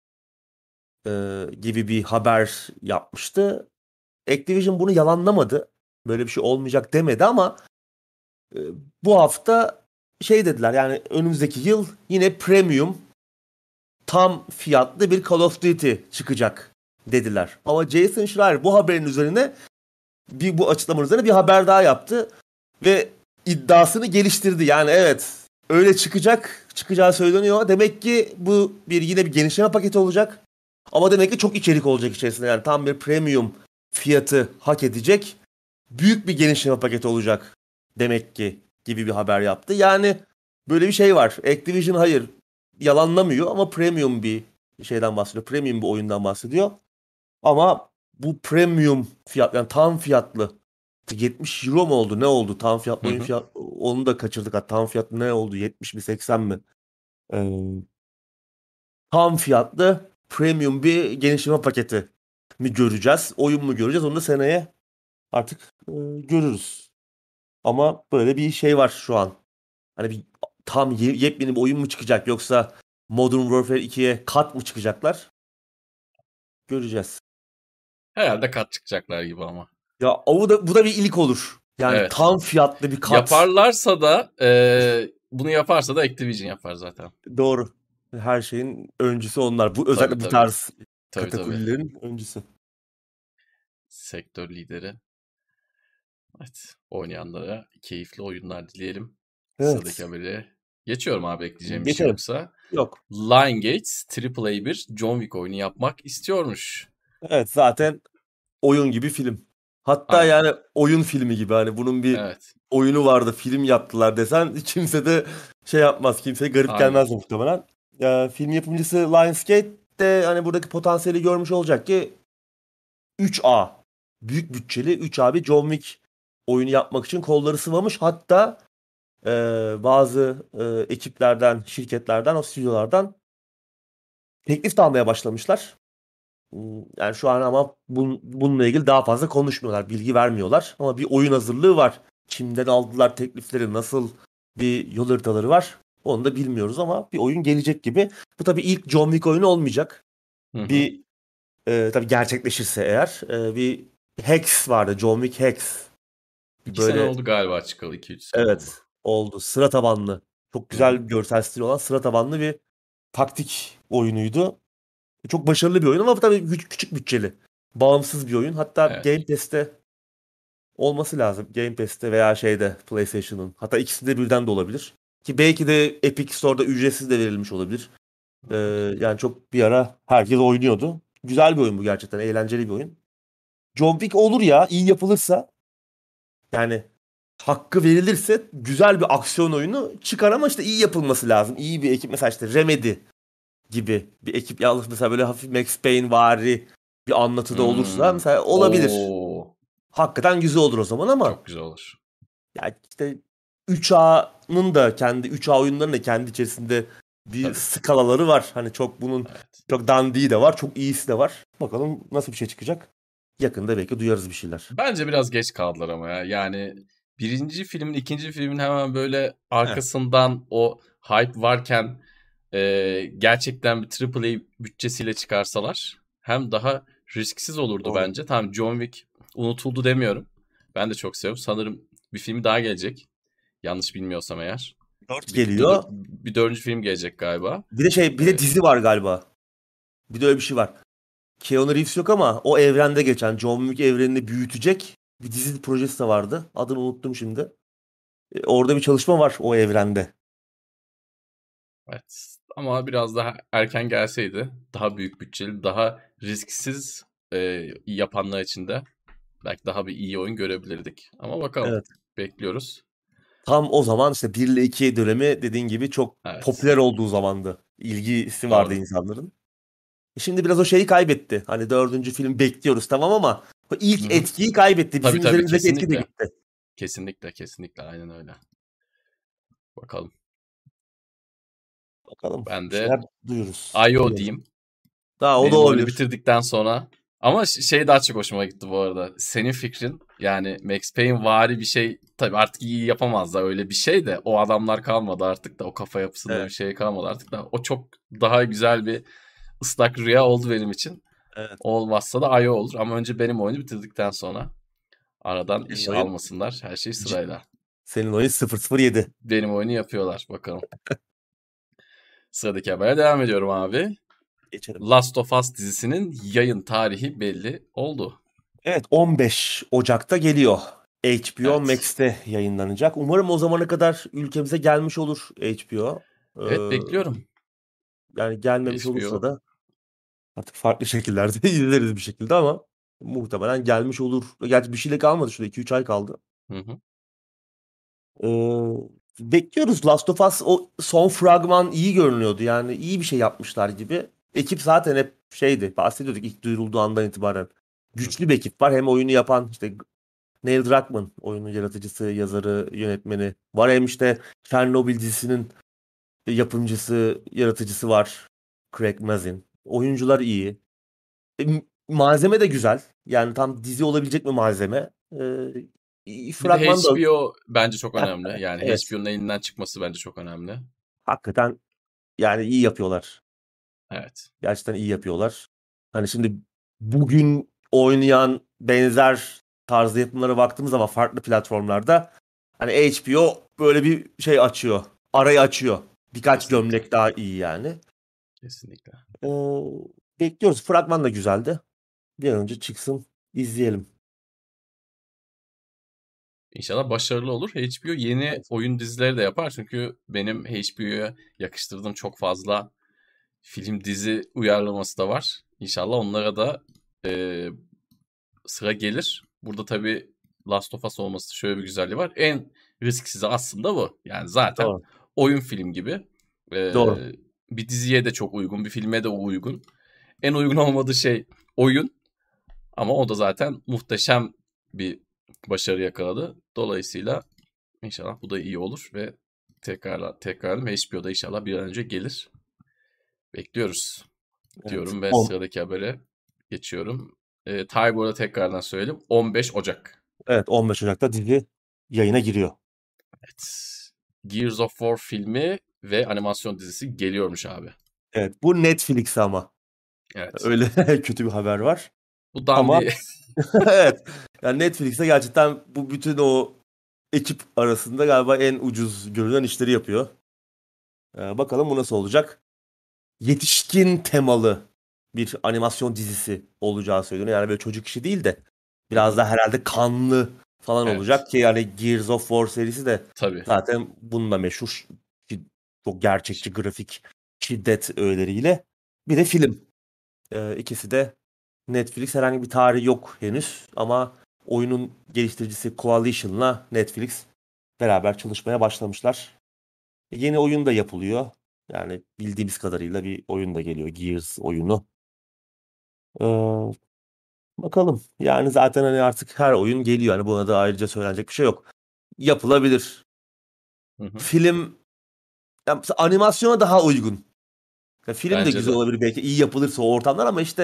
Speaker 2: gibi bir haber yapmıştı. Activision bunu yalanlamadı. Böyle bir şey olmayacak demedi ama e, bu hafta şey dediler, yani önümüzdeki yıl yine premium tam fiyatlı bir Call of Duty çıkacak dediler. Ama Jason Schreier bu haberin üzerine bu açıklamanın üzerine bir haber daha yaptı ve iddiasını geliştirdi. Yani evet öyle çıkacağı söyleniyor. Demek ki bu yine bir genişleme paketi olacak. Ama demek ki çok içerik olacak içerisinde. Yani tam bir premium fiyatı hak edecek büyük bir genişleme paketi olacak demek ki gibi bir haber yaptı. Yani böyle bir şey var. Activision hayır yalanlamıyor ama premium bir şeyden bahsediyor. Premium bir oyundan bahsediyor. Ama bu premium fiyat, yani tam fiyatlı 70 euro mu oldu ne oldu tam fiyatlı
Speaker 1: Hı
Speaker 2: oyun
Speaker 1: hı.
Speaker 2: fiyat, onu da kaçırdık. Ha, tam fiyatlı ne oldu, 70 mi 80 mi? Ee, Tam fiyatlı premium bir genişleme paketi mi göreceğiz? Oyun mu göreceğiz? Onu da seneye artık görürüz. Ama böyle bir şey var şu an. Hani bir tam yepyeni bir oyun mu çıkacak yoksa Modern Warfare 2'ye kat mı çıkacaklar? Göreceğiz.
Speaker 1: Herhalde kat çıkacaklar gibi ama.
Speaker 2: Ya bu da bir ilk olur. Yani
Speaker 1: Evet.
Speaker 2: tam fiyatlı bir kat.
Speaker 1: Yaparlarsa da bunu yaparsa da Activision yapar zaten.
Speaker 2: Doğru. Her şeyin öncüsü onlar. Bu
Speaker 1: Tabii
Speaker 2: özellikle bu
Speaker 1: tabii.
Speaker 2: tarz
Speaker 1: Tabii tabii.
Speaker 2: katakullilerin öncüsü.
Speaker 1: Sektör lideri. Evet. Oynayanlara keyifli oyunlar dileyelim. Sıradaki
Speaker 2: Evet.
Speaker 1: haberi geçiyorum abi ekleyeceğim bir şey
Speaker 2: Geçelim.
Speaker 1: yoksa.
Speaker 2: Yok.
Speaker 1: Lionsgate AAA bir John Wick oyunu yapmak istiyormuş.
Speaker 2: Evet, zaten oyun gibi film. Hatta
Speaker 1: Aynen.
Speaker 2: yani oyun filmi gibi, hani bunun bir
Speaker 1: Evet.
Speaker 2: oyunu vardı, film yaptılar desen kimse de şey yapmaz. Kimseye garip
Speaker 1: Aynen.
Speaker 2: gelmez muhtemelen. Film yapımcısı Lionsgate de hani buradaki potansiyeli görmüş olacak ki 3A, büyük bütçeli 3A bir John Wick oyunu yapmak için kolları sıvamış. Hatta bazı ekiplerden, şirketlerden, o stüdyolardan teklif de almaya başlamışlar. Yani şu an ama bununla ilgili daha fazla konuşmuyorlar, bilgi vermiyorlar. Ama bir oyun hazırlığı var. Kimden aldılar teklifleri, nasıl bir yol haritaları var. Onu da bilmiyoruz ama bir oyun gelecek gibi. Bu tabii ilk John Wick oyunu olmayacak.
Speaker 1: Hı hı.
Speaker 2: Bir tabii gerçekleşirse eğer bir Hex vardı, John Wick Hex.
Speaker 1: 2 sene
Speaker 2: Böyle
Speaker 1: oldu galiba çıkalı. 2-3 sene oldu.
Speaker 2: evet oldu. Sıra tabanlı. Çok
Speaker 1: Hı
Speaker 2: güzel
Speaker 1: hı.
Speaker 2: bir görsel stili olan sıra tabanlı bir taktik oyunuydu. Çok başarılı bir oyun ama tabii küçük bütçeli. Bağımsız bir oyun. Hatta
Speaker 1: Evet.
Speaker 2: Game Pass'te olması lazım. Game Pass'te veya şeyde PlayStation'ın. Hatta ikisinde birden de olabilir. Ki belki de Epic Store'da ücretsiz de verilmiş olabilir. Ee,
Speaker 1: Olabilir.
Speaker 2: Yani çok bir ara herkes oynuyordu. Güzel bir oyun bu gerçekten. Eğlenceli bir oyun. John Wick olur ya, iyi yapılırsa. Yani hakkı verilirse güzel bir aksiyon oyunu çıkar ama işte iyi yapılması lazım. İyi bir ekip, mesela işte Remedy gibi bir ekip yalnız mesela böyle hafif Max Payne vari bir anlatıda olursa
Speaker 1: Hmm.
Speaker 2: mesela olabilir.
Speaker 1: Oo.
Speaker 2: Hakikaten güzel olur o zaman ama
Speaker 1: Çok güzel olur.
Speaker 2: ya işte 3A'nın da kendi 3A oyunların da kendi içerisinde bir
Speaker 1: Tabii.
Speaker 2: skalaları var. Hani çok bunun
Speaker 1: Evet.
Speaker 2: çok dandiği de var, çok iyisi de var. Bakalım nasıl bir şey çıkacak. yakında belki duyarız bir şeyler.
Speaker 1: Bence biraz geç kaldılar ama ya. Yani birinci filmin, ikinci filmin hemen böyle
Speaker 2: Heh,
Speaker 1: arkasından o hype varken gerçekten bir AAA bütçesiyle çıkarsalar hem daha risksiz olurdu
Speaker 2: doğru.
Speaker 1: bence. Tamam, John Wick unutuldu demiyorum. Ben de çok seviyorum. Sanırım bir filmi daha gelecek. Yanlış bilmiyorsam eğer.
Speaker 2: 4
Speaker 1: Bir,
Speaker 2: geliyor.
Speaker 1: bir dördüncü film gelecek galiba.
Speaker 2: Bir de dizi var galiba. Bir de öyle bir şey var. Keanu Reeves yok ama o evrende geçen John Wick evrenini büyütecek bir dizi projesi de vardı. Adını unuttum şimdi. Orada bir çalışma var o evrende.
Speaker 1: Evet. Ama biraz daha erken gelseydi, daha büyük bütçeli, daha risksiz yapanlar için de belki daha bir iyi oyun görebilirdik. Ama bakalım.
Speaker 2: Evet.
Speaker 1: Bekliyoruz.
Speaker 2: Tam o zaman işte 1 ile 2 dönemi dediğin gibi çok
Speaker 1: Evet.
Speaker 2: popüler olduğu zamandı. İlgisi vardı
Speaker 1: Doğru.
Speaker 2: insanların. Şimdi biraz o şeyi kaybetti. Hani dördüncü film bekliyoruz tamam ama o
Speaker 1: Hı
Speaker 2: ilk
Speaker 1: hı.
Speaker 2: etkiyi kaybetti.
Speaker 1: Tabii
Speaker 2: Bizim
Speaker 1: tabii,
Speaker 2: üzerimizdeki etki de
Speaker 1: kesinlikle.
Speaker 2: gitti.
Speaker 1: Kesinlikle kesinlikle aynen öyle. Bakalım.
Speaker 2: Bakalım
Speaker 1: Ben
Speaker 2: bir
Speaker 1: de
Speaker 2: şeyler duyuruz.
Speaker 1: IO
Speaker 2: Duyarız.
Speaker 1: diyeyim.
Speaker 2: Daha o da
Speaker 1: Benim oyunu
Speaker 2: olabilir.
Speaker 1: bitirdikten sonra. Ama şey daha çok hoşuma gitti bu arada. Senin fikrin, yani Max Payne vari bir şey tabii artık iyi yapamazlar, öyle bir şey de o adamlar kalmadı artık da, o kafa yapısında bir
Speaker 2: Evet,
Speaker 1: şey kalmadı artık da, o çok daha güzel bir ıslak rüya oldu benim için.
Speaker 2: evet.
Speaker 1: Olmazsa da IO olur ama önce benim oyunu bitirdikten sonra aradan
Speaker 2: Senin
Speaker 1: iş
Speaker 2: oyun
Speaker 1: almasınlar, her şey
Speaker 2: C-
Speaker 1: sırayla.
Speaker 2: senin oyun 007.
Speaker 1: Benim oyunu yapıyorlar bakalım. Sıradaki habere devam ediyorum abi.
Speaker 2: Geçelim.
Speaker 1: Last of Us dizisinin yayın tarihi belli oldu.
Speaker 2: Evet 15 Ocak'ta geliyor. HBO
Speaker 1: Evet.
Speaker 2: Max'te yayınlanacak. Umarım o zamana kadar ülkemize gelmiş olur HBO.
Speaker 1: Evet, bekliyorum.
Speaker 2: Yani gelmemiş olursa
Speaker 1: HBO.
Speaker 2: da artık farklı şekillerde izleriz bir şekilde ama muhtemelen gelmiş olur. Gerçi bir şeyle kalmadı. Şurada 2-3 ay kaldı.
Speaker 1: Hı hı.
Speaker 2: Ee, Bekliyoruz. Last of Us o son fragman iyi görünüyordu. Yani iyi bir şey yapmışlar gibi. Ekip zaten hep şeydi. Bahsediyorduk ilk duyurulduğu andan itibaren.
Speaker 1: Hı hı.
Speaker 2: Güçlü bir ekip var. Hem oyunu yapan işte Neil Druckmann oyunun yaratıcısı, yazarı, yönetmeni. Var hem işte Chernobyl dizisinin yapımcısı, yaratıcısı var. Craig Mazin. Oyuncular iyi. Malzeme de güzel. Yani tam dizi olabilecek mi malzeme?
Speaker 1: Bir de
Speaker 2: Fragman da
Speaker 1: HBO bence çok önemli. Yani
Speaker 2: evet.
Speaker 1: HBO'nun elinden çıkması bence çok önemli.
Speaker 2: Hakikaten yani iyi yapıyorlar.
Speaker 1: Evet.
Speaker 2: Gerçekten iyi yapıyorlar. Hani şimdi bugün oynayan benzer tarzda yapımlara baktığımız zaman farklı platformlarda hani HBO böyle bir şey açıyor. Arayı açıyor. Birkaç
Speaker 1: Kesinlikle.
Speaker 2: gömlek daha iyi yani.
Speaker 1: Kesinlikle.
Speaker 2: Ee, Bekliyoruz. Fragman da güzeldi. Bir an önce çıksın, izleyelim.
Speaker 1: İnşallah başarılı olur. HBO yeni
Speaker 2: Evet.
Speaker 1: oyun dizileri de yapar. Çünkü benim HBO'ya yakıştırdığım çok fazla film dizi uyarlaması da var. İnşallah onlara da e, sıra gelir. Burada tabii Last of Us olması şöyle bir güzelliği var. En risksizi aslında bu. Yani zaten
Speaker 2: Doğru.
Speaker 1: oyun film gibi.
Speaker 2: Doğru.
Speaker 1: Bir diziye de çok uygun, bir filme de uygun. En uygun olmadığı şey oyun. Ama o da zaten muhteşem bir başarı yakaladı. Dolayısıyla inşallah bu da iyi olur ve tekrarlayalım. HBO'da inşallah bir an önce gelir. Bekliyoruz
Speaker 2: Evet.
Speaker 1: diyorum ve sıradaki habere geçiyorum. Tarih bu arada tekrardan söyleyelim. 15 Ocak.
Speaker 2: Evet 15 Ocak'ta dizi yayına giriyor.
Speaker 1: Evet. Gears of War filmi ve animasyon dizisi geliyormuş abi.
Speaker 2: Evet bu Netflix ama.
Speaker 1: Evet.
Speaker 2: Öyle kötü bir haber var.
Speaker 1: Bu
Speaker 2: Ama
Speaker 1: Dandi.
Speaker 2: evet. Yani Netflix'te gerçekten bu bütün o ekip arasında galiba en ucuz görünen işleri yapıyor. Bakalım bu nasıl olacak? Yetişkin temalı bir animasyon dizisi olacağı söyleniyor. Yani böyle çocuk işi değil de
Speaker 1: Hı
Speaker 2: biraz
Speaker 1: hı.
Speaker 2: daha herhalde kanlı falan
Speaker 1: Evet.
Speaker 2: olacak ki yani Gears of War serisi de
Speaker 1: Tabii.
Speaker 2: zaten bununla meşhur. Çok gerçekçi grafik şiddet öğeleriyle. Bir de film. İkisi de Netflix herhangi bir tarihi yok henüz ama oyunun geliştiricisi Coalition'la Netflix beraber çalışmaya başlamışlar. Yeni oyun da yapılıyor. Yani bildiğimiz kadarıyla bir oyun da geliyor. Gears oyunu. Ee, Bakalım. Yani zaten hani artık her oyun geliyor. Hani buna da ayrıca söylenecek bir şey yok. Yapılabilir.
Speaker 1: Hı hı.
Speaker 2: Film ya mesela animasyona daha uygun. Ya film de
Speaker 1: Bence
Speaker 2: güzel
Speaker 1: de.
Speaker 2: olabilir belki iyi yapılırsa o ortamlar ama işte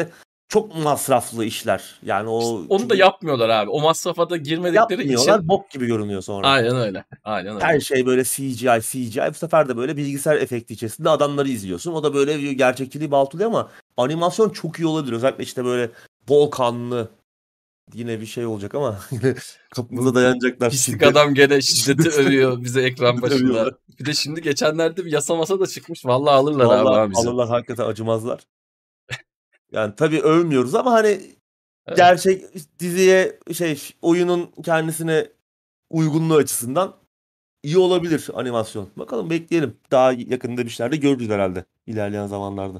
Speaker 2: çok masraflı işler. Yani
Speaker 1: İşte
Speaker 2: o
Speaker 1: onu da
Speaker 2: çünkü
Speaker 1: yapmıyorlar abi. O masrafa da girmedikleri için
Speaker 2: yapmıyorlar, bok gibi görünüyor sonra.
Speaker 1: aynen öyle. Aynen
Speaker 2: Her
Speaker 1: öyle.
Speaker 2: şey böyle CGI, CGI. Bu sefer de böyle bilgisayar efekti içerisinde adamları izliyorsun. O da böyle gerçekçiliği baltalıyor ama animasyon çok iyi olabilir. Özellikle işte böyle bol kanlı, yine bir şey olacak ama yine kapımıza
Speaker 1: Bu
Speaker 2: dayanacaklar.
Speaker 1: pislik adam gene şiddeti
Speaker 2: Şiddet,
Speaker 1: övüyor bize ekran
Speaker 2: şiddet övüyorlar.
Speaker 1: başında. Bir de şimdi geçenlerde bir yasa masa da çıkmış. Vallahi alırlar abi
Speaker 2: Vallahi
Speaker 1: ha bizi.
Speaker 2: alırlar, hakikaten acımazlar. Yani tabii övmüyoruz ama hani
Speaker 1: Evet.
Speaker 2: gerçek diziye oyunun kendisine uygunluğu açısından iyi olabilir animasyon. Bakalım, bekleyelim. Daha yakında bir şeyler de görürüz herhalde ilerleyen zamanlarda.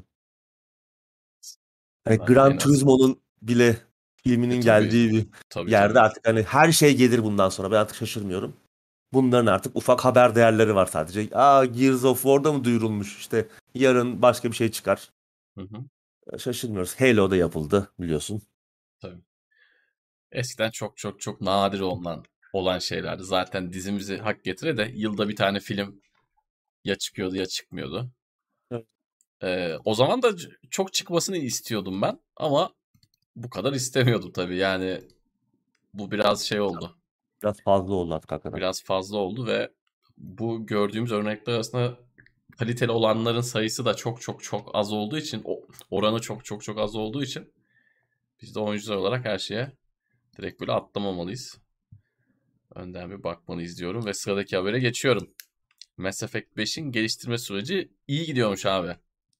Speaker 2: Hani
Speaker 1: En
Speaker 2: Gran
Speaker 1: az.
Speaker 2: Turismo'nun bile filminin
Speaker 1: Tabii.
Speaker 2: geldiği bir
Speaker 1: Tabii
Speaker 2: yerde
Speaker 1: tabii.
Speaker 2: artık hani her şey gelir bundan sonra. Ben artık şaşırmıyorum. Bunların artık ufak haber değerleri var sadece. Gears of War'da mı duyurulmuş? İşte yarın başka bir şey çıkar.
Speaker 1: Hı hı.
Speaker 2: Şaşırmıyoruz. Halo'da yapıldı biliyorsun.
Speaker 1: Tabii. Eskiden çok çok çok nadir olan şeylerdi. Zaten dizimizi hak getire de yılda bir tane film ya çıkıyordu ya çıkmıyordu.
Speaker 2: Evet.
Speaker 1: O zaman da çok çıkmasını istiyordum ben ama bu kadar istemiyordum tabii. Yani bu biraz şey oldu.
Speaker 2: Biraz fazla oldu artık hakikaten.
Speaker 1: Biraz fazla oldu ve bu gördüğümüz örnekler arasında kaliteli olanların sayısı da çok çok çok az olduğu için, oranı çok çok çok az olduğu için biz de oyuncular olarak her şeye direkt böyle atlamamalıyız. Önden bir bakmalıyız diyorum ve sıradaki habere geçiyorum. Mass Effect 5'in geliştirme süreci iyi gidiyormuş abi.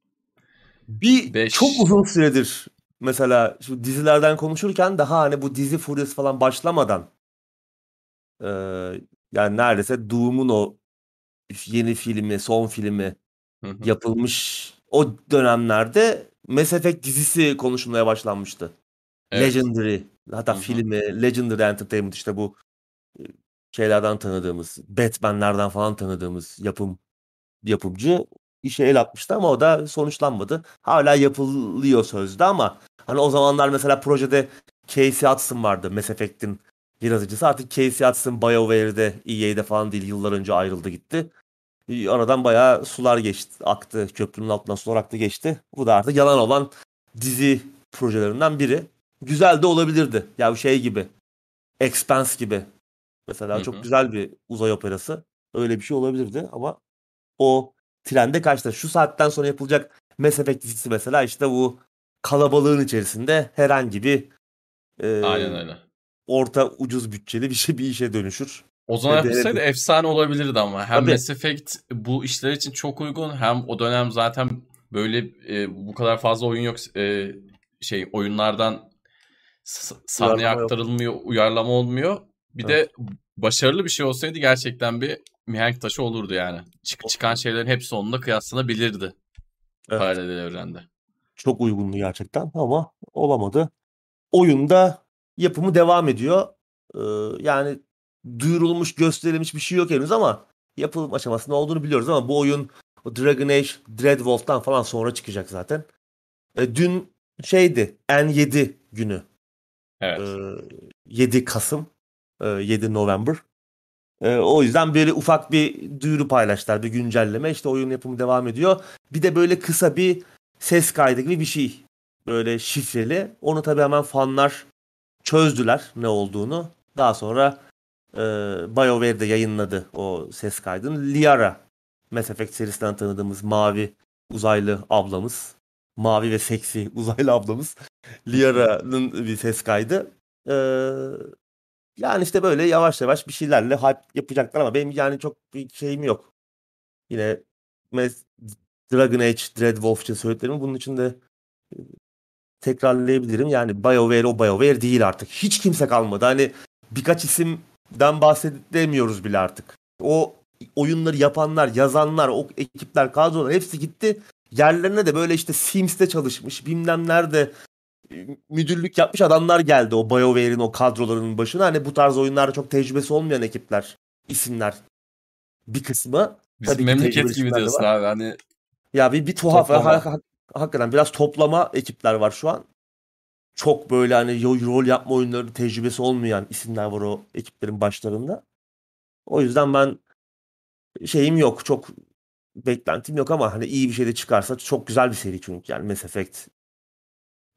Speaker 2: Çok
Speaker 1: 5.
Speaker 2: uzun süredir mesela şu dizilerden konuşurken daha hani bu dizi furyası falan başlamadan e, yani neredeyse Doom'un o yeni filmi, son filmi
Speaker 1: Hı hı.
Speaker 2: yapılmış o dönemlerde Mass Effect dizisi konuşulmaya başlanmıştı.
Speaker 1: Evet.
Speaker 2: Legendary,
Speaker 1: Hı
Speaker 2: hatta
Speaker 1: hı.
Speaker 2: filmi Legendary Entertainment, işte bu e, şeylerden tanıdığımız, Batman'lerden falan tanıdığımız yapımcı işe el atmıştı ama o da sonuçlanmadı. Hala yapılıyor sözde ama hani o zamanlar mesela projede Casey Hudson vardı, Mass Effect'in yaratıcısı. Artık Casey Hudson BioWare'de, EA'de falan değil, yıllar önce ayrıldı gitti. Aradan bayağı sular geçti, aktı. Köprünün altından sular aktı geçti. Bu da artık yalan olan dizi projelerinden biri. Güzel de olabilirdi. Ya bu şey gibi. Expanse gibi.
Speaker 1: Hı
Speaker 2: Mesela çok
Speaker 1: hı.
Speaker 2: güzel bir uzay operası. Öyle bir şey olabilirdi ama o trende kaçtı. Şu saatten sonra yapılacak Mass Effect dizisi mesela işte bu kalabalığın içerisinde herhangi bir
Speaker 1: Aynen
Speaker 2: e,
Speaker 1: öyle.
Speaker 2: orta ucuz bütçeli bir işe dönüşür.
Speaker 1: O zaman
Speaker 2: Ve de
Speaker 1: yapılsaydı efsane olabilirdi ama. Hem
Speaker 2: tabii
Speaker 1: Mass Effect bu işler için çok uygun, hem o dönem zaten böyle bu kadar fazla oyun yok. Oyunlardan sahneye
Speaker 2: uyarlama yok.
Speaker 1: aktarılmıyor, uyarlama olmuyor. Bir
Speaker 2: Evet.
Speaker 1: de başarılı bir şey olsaydı gerçekten bir mihenk taşı olurdu yani. Çıkan şeylerin hepsi onunla kıyaslanabilirdi
Speaker 2: Evet.
Speaker 1: paralel evrende.
Speaker 2: Çok uygundu gerçekten ama olamadı. Oyunda yapımı devam ediyor. Yani duyurulmuş, gösterilmiş bir şey yok henüz ama yapılım aşamasında olduğunu biliyoruz ama bu oyun o Dragon Age Dreadwolf'tan falan sonra çıkacak zaten. Dün N7 günü.
Speaker 1: Evet.
Speaker 2: Ee, 7 Kasım, 7 November. O yüzden böyle ufak bir duyuru paylaştılar, bir güncelleme. İşte oyun yapımı devam ediyor. Bir de böyle kısa bir ses kaydı gibi bir şey. Böyle şifreli. Onu tabii hemen fanlar çözdüler ne olduğunu. Daha sonra e, BioWare de yayınladı o ses kaydını. Liara, Mass Effect serisinden tanıdığımız mavi uzaylı ablamız. Mavi ve seksi uzaylı ablamız. Liara'nın bir ses kaydı. Ee, Yani işte böyle yavaş yavaş bir şeylerle hype yapacaklar ama benim yani çok bir şeyim yok. Yine Mes- Dragon Age, Dreadwolf için söylediklerimi bunun için de tekrarlayabilirim. Yani BioWare o BioWare değil artık. Hiç kimse kalmadı. Hani birkaç isimden bahsedemiyoruz bile artık. O oyunları yapanlar, yazanlar, o ekipler, kadrolar hepsi gitti. Yerlerine de böyle işte Sims'te çalışmış, bilmem nerede müdürlük yapmış adamlar geldi o BioWare'in o kadrolarının başına. Hani bu tarz oyunlarda çok tecrübesi olmayan ekipler, isimler bir kısmı.
Speaker 1: Bizim
Speaker 2: Tabii ki tecrübeli
Speaker 1: memleket gibi
Speaker 2: isimler de
Speaker 1: diyorsun
Speaker 2: var.
Speaker 1: abi. Hani
Speaker 2: Ya bir tuhaf,
Speaker 1: toplama.
Speaker 2: hakikaten biraz toplama ekipler var şu an. Çok böyle hani rol yapma oyunları tecrübesi olmayan isimler var o ekiplerin başlarında. O yüzden ben şeyim yok. Çok beklentim yok ama hani iyi bir şey de çıkarsa çok güzel bir seri çünkü yani Mass Effect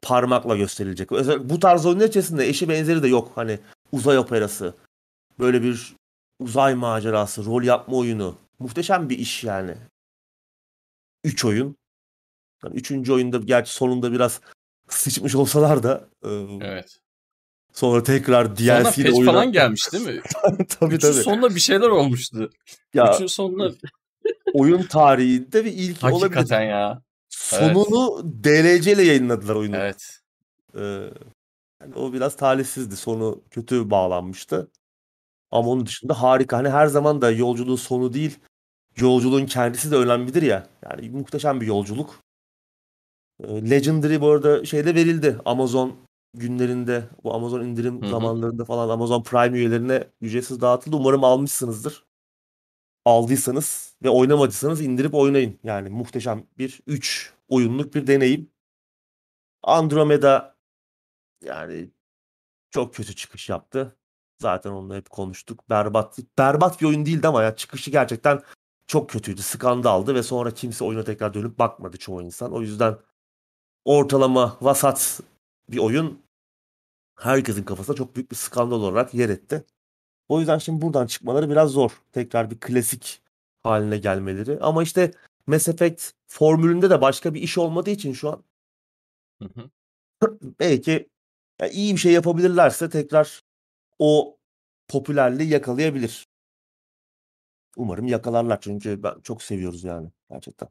Speaker 2: parmakla gösterilecek. Özellikle bu tarz oyunlar içerisinde eşi benzeri de yok. Hani uzay operası, böyle bir uzay macerası, rol yapma oyunu. Muhteşem bir iş yani. 3 oyun. Yani 3. oyunda gerçi sonunda biraz sıçmış olsalar da
Speaker 1: Evet.
Speaker 2: sonra tekrar
Speaker 1: Sonra
Speaker 2: DLC ile
Speaker 1: patch
Speaker 2: oyuna
Speaker 1: falan gelmiş değil mi?
Speaker 2: tabii
Speaker 1: Üçün
Speaker 2: tabii.
Speaker 1: sonunda bir şeyler olmuştu.
Speaker 2: Ya
Speaker 1: Üçün sonunda
Speaker 2: oyun tarihinde bir ilk olabilir.
Speaker 1: hakikaten ya. Evet.
Speaker 2: Sonunu DLC ile yayınladılar oyunu.
Speaker 1: Evet.
Speaker 2: Ee, Yani o biraz talihsizdi. Sonu kötü bağlanmıştı. Ama onun dışında harika. Hani her zaman da yolculuğun sonu değil, yolculuğun kendisi de önemlidir ya. Yani muhteşem bir yolculuk. Legendary bu arada şeyde verildi. Amazon günlerinde, bu Amazon indirim
Speaker 1: Hı hı.
Speaker 2: zamanlarında falan Amazon Prime üyelerine ücretsiz dağıtıldı. Umarım almışsınızdır. Aldıysanız ve oynamadıysanız indirip oynayın. Yani muhteşem bir 3 oyunluk bir deneyim. Andromeda yani çok kötü çıkış yaptı. Zaten onu hep konuştuk. Berbat. Berbat bir oyun değildi ama ya çıkışı gerçekten çok kötüydü. Skandaldı ve sonra kimse oyuna tekrar dönüp bakmadı çoğu insan. O yüzden ortalama, vasat bir oyun herkesin kafasında çok büyük bir skandal olarak yer etti. O yüzden şimdi buradan çıkmaları biraz zor. Tekrar bir klasik haline gelmeleri. Ama işte Mass Effect formülünde de başka bir iş olmadığı için şu an
Speaker 1: Hı hı.
Speaker 2: belki ya iyi bir şey yapabilirlerse tekrar o popülerliği yakalayabilir. Umarım yakalarlar çünkü ben çok seviyoruz yani gerçekten.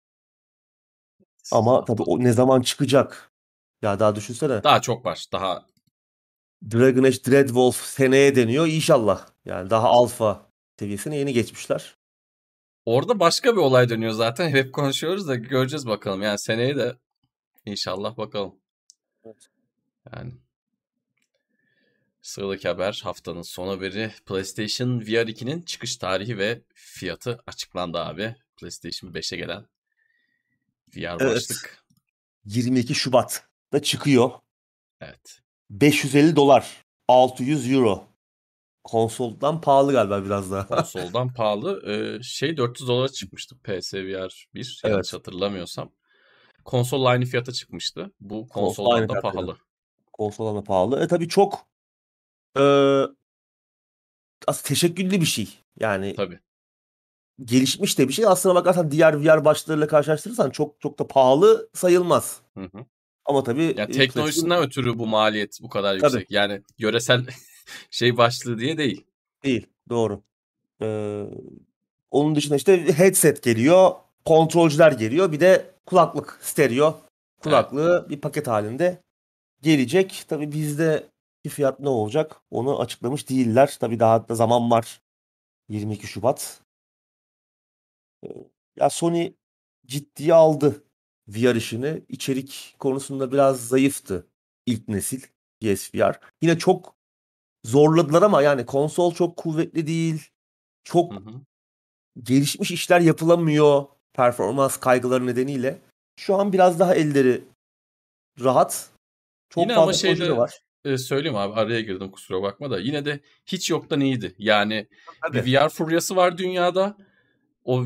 Speaker 2: Ama tabii o ne zaman çıkacak? Ya daha düşünsene.
Speaker 1: Daha çok var. Daha
Speaker 2: Dragon Age Dreadwolf seneye deniyor inşallah. Yani daha alfa seviyesine yeni geçmişler.
Speaker 1: orada başka bir olay dönüyor zaten. Hep konuşuyoruz da göreceğiz bakalım. Yani seneye de inşallah bakalım.
Speaker 2: Evet.
Speaker 1: Yani sıradaki haber haftanın son haberi. PlayStation VR 2'nin çıkış tarihi ve fiyatı açıklandı abi. PlayStation 5'e gelen VR
Speaker 2: Evet.
Speaker 1: başlık.
Speaker 2: 22 Şubat'ta çıkıyor.
Speaker 1: Evet.
Speaker 2: $550, 600 euro. Konsoldan pahalı galiba biraz daha.
Speaker 1: Konsoldan pahalı. 400 dolara çıkmıştı PS VR 1 yanlış
Speaker 2: Evet.
Speaker 1: hatırlamıyorsam. Konsolla aynı fiyata çıkmıştı. Bu
Speaker 2: Konsol
Speaker 1: konsoldan
Speaker 2: aynı
Speaker 1: da
Speaker 2: fiyattaydı.
Speaker 1: pahalı.
Speaker 2: Konsoldan da pahalı. Tabii çok e, aslında teşekküllü bir şey. Yani
Speaker 1: Tabii.
Speaker 2: gelişmiş de bir şey. Aslına bakarsan diğer VR başlarıyla karşılaştırırsan çok çok da pahalı sayılmaz.
Speaker 1: Hı hı.
Speaker 2: Ama tabii
Speaker 1: Ya
Speaker 2: PlayStation
Speaker 1: teknolojisinden ötürü bu maliyet bu kadar
Speaker 2: tabii
Speaker 1: yüksek. Yani yöresel şey başlığı diye değil.
Speaker 2: değil. Doğru. Ee, Onun dışında işte headset geliyor, kontrolcüler geliyor, bir de kulaklık, stereo
Speaker 1: Evet.
Speaker 2: kulaklığı bir paket halinde gelecek. Tabii bizde fiyat ne olacak onu açıklamış değiller. Tabii daha da zaman var. 22 Şubat. Ee, Ya Sony ciddiye aldı VR işini. İçerik konusunda biraz zayıftı ilk nesil PSVR. Yine çok zorladılar ama yani konsol çok kuvvetli değil.
Speaker 1: Hı
Speaker 2: Çok
Speaker 1: hı.
Speaker 2: gelişmiş işler yapılamıyor performans kaygıları nedeniyle. Şu an biraz daha elleri rahat. Çok
Speaker 1: Yine ama
Speaker 2: fazla proje de
Speaker 1: şeyde
Speaker 2: var.
Speaker 1: söyleyeyim abi araya girdim kusura bakma da yine de hiç yoktan iyiydi. Yani bir
Speaker 2: Tabii.
Speaker 1: VR furyası var dünyada. O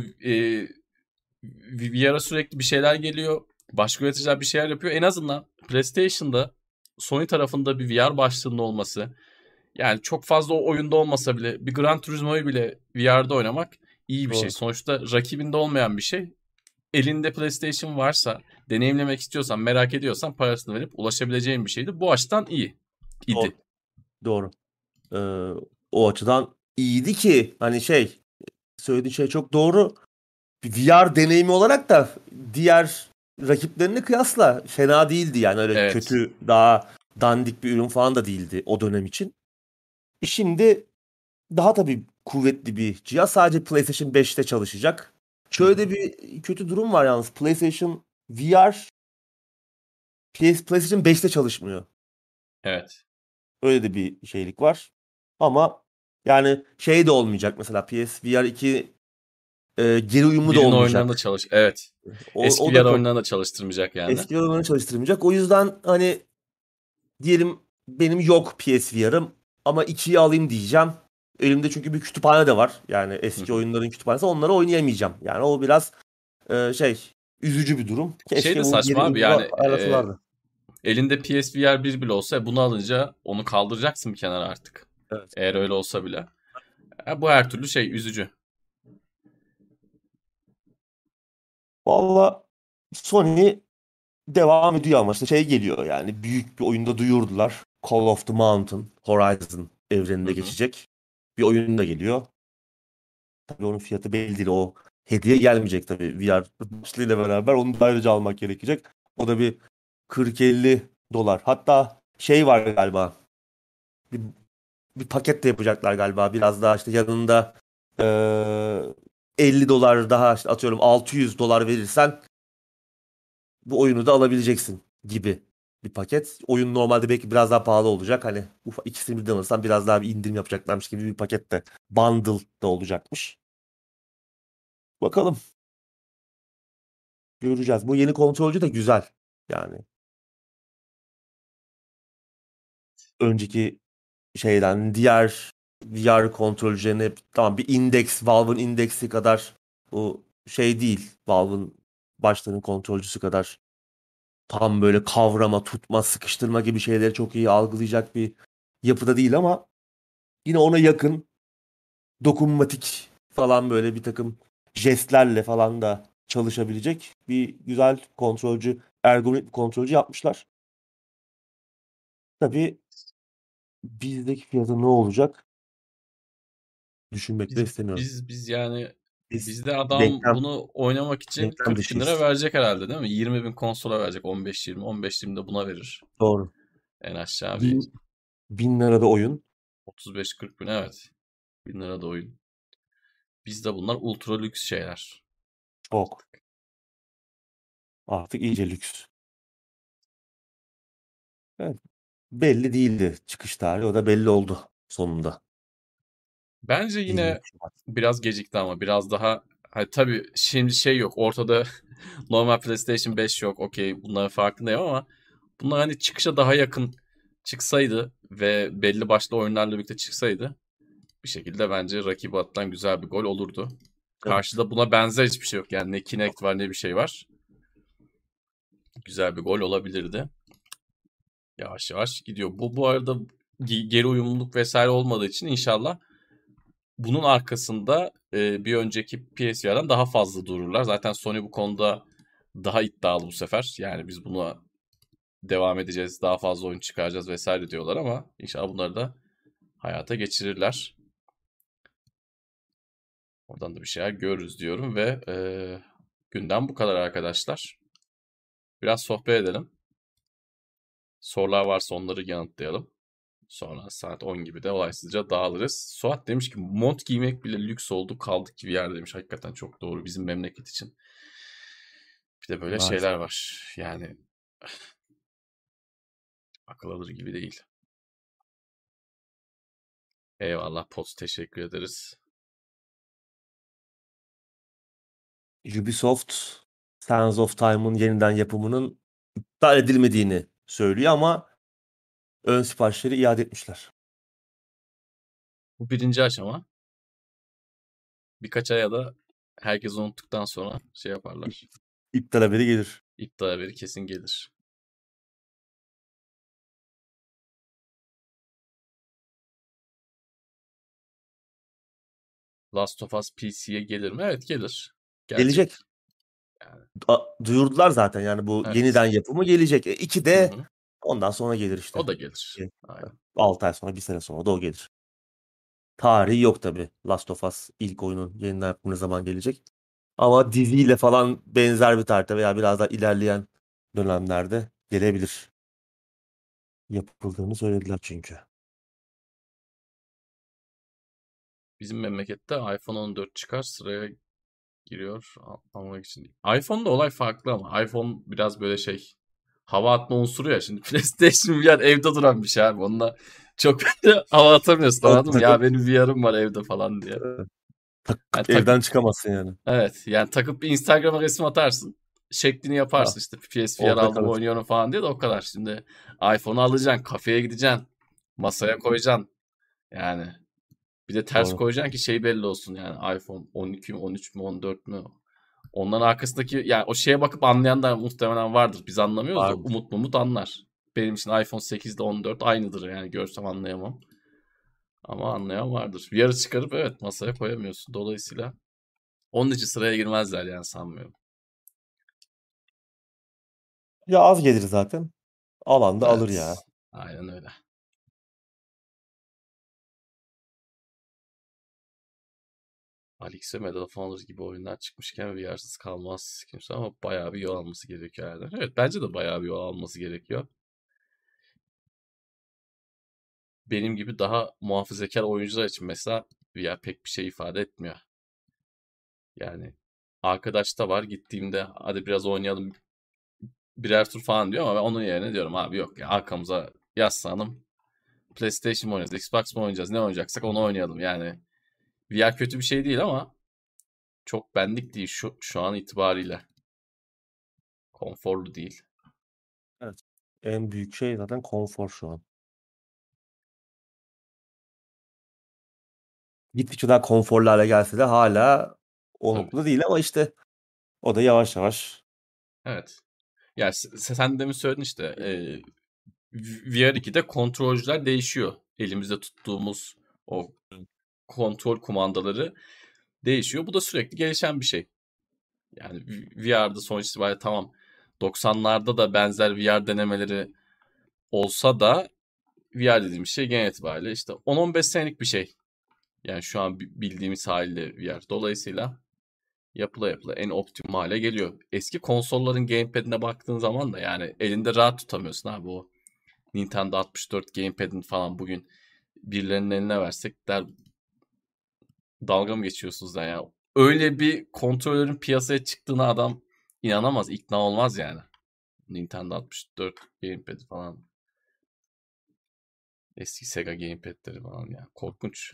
Speaker 1: VR'a sürekli bir şeyler geliyor. Başka üreticiler bir şeyler yapıyor. En azından PlayStation'da Sony tarafında bir VR başlığının olması. Yani çok fazla o oyunda olmasa bile bir Gran Turismo'yu bile VR'da oynamak iyi bir şey.
Speaker 2: Doğru.
Speaker 1: Sonuçta rakibinde olmayan bir şey. Elinde PlayStation varsa, deneyimlemek istiyorsan, merak ediyorsan parasını verip ulaşabileceğin bir şeydi. Bu açıdan iyi
Speaker 2: Doğru.
Speaker 1: idi.
Speaker 2: Doğru. O açıdan iyiydi ki hani söylediğin şey çok doğru. Bir VR deneyimi olarak da diğer rakiplerini kıyasla fena değildi yani öyle
Speaker 1: Evet.
Speaker 2: kötü daha dandik bir ürün falan da değildi o dönem için. Şimdi daha tabii kuvvetli bir cihaz sadece PlayStation 5'te çalışacak.
Speaker 1: Hı hı.
Speaker 2: Şöyle bir kötü durum var yalnız PlayStation VR PlayStation 5'te çalışmıyor.
Speaker 1: Evet.
Speaker 2: Öyle de bir şeylik var. Ama yani şey de olmayacak mesela PSVR 2 geri uyumlu da
Speaker 1: Birinin oyunlarında
Speaker 2: olmayacak.
Speaker 1: çalış. Evet.
Speaker 2: O
Speaker 1: Eski
Speaker 2: da
Speaker 1: VR
Speaker 2: çok
Speaker 1: oyunlarında çalıştırmayacak yani.
Speaker 2: eski oyunları çalıştırmayacak. O yüzden hani diyelim benim yok PSVR'ım ama 2'yi alayım diyeceğim. Elimde çünkü bir kütüphane de var. Yani
Speaker 1: Hı
Speaker 2: eski
Speaker 1: hı.
Speaker 2: oyunların kütüphanesi. Onları oynayamayacağım. Yani o biraz üzücü bir durum.
Speaker 1: Şey
Speaker 2: Keşke
Speaker 1: de
Speaker 2: bu
Speaker 1: saçma
Speaker 2: geri
Speaker 1: abi
Speaker 2: uyumlu
Speaker 1: yani
Speaker 2: ayarlasalardı.
Speaker 1: elinde PSVR 1 bile olsa bunu alınca onu kaldıracaksın bir kenara artık.
Speaker 2: Evet.
Speaker 1: Eğer öyle olsa bile. Bu her türlü üzücü.
Speaker 2: Valla Sony devam ediyor ama işte geliyor yani büyük bir oyunda duyurdular. Call of the Mountain, Horizon
Speaker 1: Hı
Speaker 2: evreninde
Speaker 1: hı.
Speaker 2: geçecek bir oyun da geliyor. Tabii onun fiyatı belli değil. O hediye gelmeyecek tabii VR ile beraber. Onu da ayrıca almak gerekecek. O da bir 40-50 dolar. Hatta var galiba. Bir, bir paket de yapacaklar galiba. Biraz daha işte yanında 50 dolar daha işte atıyorum 600 dolar verirsen bu oyunu da alabileceksin gibi bir paket. Oyun normalde belki biraz daha pahalı olacak. Hani ikisini birden alırsan biraz daha bir indirim yapacaklarmış gibi bir paket de bundle da olacakmış. Bakalım. Göreceğiz. Bu yeni kontrolcü de güzel. Yani önceki diğer VR kontrolcülerine tamam bir Valve'ın indeksi kadar o değil. Valve'ın başlarının kontrolcüsü kadar tam böyle kavrama, tutma, sıkıştırma gibi şeyleri çok iyi algılayacak bir yapıda değil ama yine ona yakın dokunmatik falan böyle bir takım jestlerle falan da çalışabilecek bir güzel ergonomik bir kontrolcü yapmışlar. Tabii bizdeki fiyatı ne olacak? Düşünmek de
Speaker 1: Biz
Speaker 2: istemiyorum.
Speaker 1: biz yani
Speaker 2: Biz
Speaker 1: bizde adam
Speaker 2: denklem,
Speaker 1: bunu oynamak için
Speaker 2: denklem
Speaker 1: 40 bin lira
Speaker 2: dışıyız.
Speaker 1: verecek herhalde değil mi? 20 bin konsola verecek 15-20. 15-20 de buna verir.
Speaker 2: Doğru.
Speaker 1: En aşağı bir
Speaker 2: Bin, 1000 lirada oyun
Speaker 1: 35-40 bin, evet. 1000 lira da oyun. Bizde bunlar ultra lüks şeyler
Speaker 2: çok.
Speaker 1: artık.
Speaker 2: Artık iyice lüks. Evet. Belli değildi çıkış tarihi. O da belli oldu sonunda.
Speaker 1: Bence
Speaker 2: 23
Speaker 1: yine
Speaker 2: Şubat.
Speaker 1: biraz gecikti ama biraz daha tabii şimdi yok ortada, normal PlayStation 5 yok, okey, bunların farkındayım ama bunlar hani çıkışa daha yakın çıksaydı ve belli başlı oyunlarla birlikte çıksaydı bir şekilde bence rakibi attan güzel bir gol olurdu.
Speaker 2: Evet.
Speaker 1: Karşıda buna benzer hiçbir şey yok yani, ne Kinect var ne bir şey var. Güzel bir gol olabilirdi. Yavaş yavaş gidiyor. Bu arada geri uyumluluk vesaire olmadığı için inşallah bunun arkasında bir önceki PSVR'dan daha fazla dururlar. Zaten Sony bu konuda daha iddialı bu sefer. Yani biz buna devam edeceğiz, daha fazla oyun çıkaracağız vesaire diyorlar ama inşallah bunları da hayata geçirirler. Oradan da bir şeyler görürüz diyorum ve gündem bu kadar arkadaşlar. Biraz sohbet edelim. Sorular varsa onları yanıtlayalım. Sonra saat 10 gibi de olaysızca dağılırız. Suat demiş ki mont giymek bile lüks oldu, kaldık gibi yer demiş. Hakikaten çok doğru bizim memleket için. Bir de böyle şeyler
Speaker 2: Maalesef.
Speaker 1: var. Yani akıl alır gibi değil. Eyvallah Pots, teşekkür ederiz.
Speaker 2: Ubisoft Sands of Time'ın yeniden yapımının iptal edilmediğini söylüyor ama ön siparişleri iade etmişler.
Speaker 1: Bu birinci aşama. Birkaç aya da herkes unuttuktan sonra yaparlar.
Speaker 2: İptal haberi gelir.
Speaker 1: İptal haberi kesin gelir. Last of Us PC'ye gelir mi? Evet, gelir.
Speaker 2: Gelecek.
Speaker 1: Gelecek. Yani,
Speaker 2: Duyurdular zaten yani bu
Speaker 1: evet.
Speaker 2: yeniden yapımı gelecek. 2
Speaker 1: Hı
Speaker 2: de
Speaker 1: hı.
Speaker 2: ondan sonra gelir
Speaker 1: O
Speaker 2: işte.
Speaker 1: da gelir. Aynen.
Speaker 2: 6 ay sonra, bir sene sonra da o gelir. Tarihi yok tabii. Last of Us ilk oyunun yeniden yapımı ne zaman gelecek. Ama diziyle falan benzer bir tarihte veya biraz daha ilerleyen dönemlerde gelebilir. Yapıldığını söylediler çünkü.
Speaker 1: Bizim memlekette iPhone 14 çıkar, sıraya giriyor almak için. iPhone'da olay farklı ama iPhone biraz böyle hava atma unsuru ya. Şimdi PlayStation VR evde duran bir şey abi. Onunla çok hava atamıyorsun,
Speaker 2: Onu
Speaker 1: anladın mı? Ya
Speaker 2: takıp
Speaker 1: benim VR'ım var evde falan diye. Yani
Speaker 2: takıp
Speaker 1: takıp
Speaker 2: evden çıkamazsın yani.
Speaker 1: evet, yani takıp bir Instagram'a resim atarsın. Şeklini
Speaker 2: Ha,
Speaker 1: yaparsın işte, PSVR
Speaker 2: orada
Speaker 1: aldım
Speaker 2: kalır.
Speaker 1: oynuyorum falan diye de o kadar. Şimdi iPhone'u alacaksın, kafeye gideceksin, masaya koyacaksın. Yani bir de ters
Speaker 2: Doğru.
Speaker 1: koyacaksın ki belli olsun yani, iPhone 12 mi, 13 mü, 14 mü? Onların arkasındaki yani o bakıp anlayan da muhtemelen vardır. Biz anlamıyoruz da
Speaker 2: Vardır.
Speaker 1: Umut anlar. benim için iPhone 8 ile 14 aynıdır yani, görsem anlayamam. Ama anlayan vardır. VR'ı çıkarıp evet masaya koyamıyorsun. Dolayısıyla onun için sıraya girmezler yani, sanmıyorum.
Speaker 2: Ya az gelir zaten. Alan da alır ya.
Speaker 1: Evet. Aynen öyle. Alex'e Medal of Honor gibi oyunlar çıkmışken VR'sız kalmaz kimse, ama bayağı bir yol alması gerekiyor herhalde. Evet, bence de bayağı bir yol alması gerekiyor. Benim gibi daha muhafazakar oyuncular için mesela VR pek bir şey ifade etmiyor. Yani arkadaş da var, gittiğimde hadi biraz oynayalım birer tur falan diyor, ama ben onun yerine diyorum abi yok ya, arkamıza yaslanalım. PlayStation mı oynayacağız, Xbox mı oynayacağız, ne oynayacaksak onu oynayalım. Yani VR kötü bir şey değil ama çok benlik değil şu an itibariyle. Konforlu değil.
Speaker 2: Evet. En büyük şey zaten konfor şu an. Gittikçe daha konforlu hale gelse de hala o
Speaker 1: Tabii.
Speaker 2: noktada değil ama işte o da yavaş yavaş.
Speaker 1: Evet. Yani sen demin söyledin işte, VR2'de kontrolcüler değişiyor. Elimizde tuttuğumuz o kontrol kumandaları değişiyor. Bu da sürekli gelişen bir şey. Yani VR'da sonuç itibariyle tamam 90'larda da benzer VR denemeleri olsa da VR dediğimiz şey genel itibariyle işte 10-15 senelik bir şey. Yani şu an bildiğimiz haliyle VR. Dolayısıyla yapıla yapıla en optimum hale geliyor. Eski konsolların gamepad'ine baktığın zaman da yani elinde rahat tutamıyorsun abi. O Nintendo 64 gamepad'ini falan bugün birilerinin eline versek der, dalga mı geçiyorsunuz da ya. Öyle bir kontrolörün piyasaya çıktığına adam inanamaz, ikna olmaz yani. Nintendo 64 gamepad'i falan. Eski Sega gamepad'leri falan ya. Korkunç.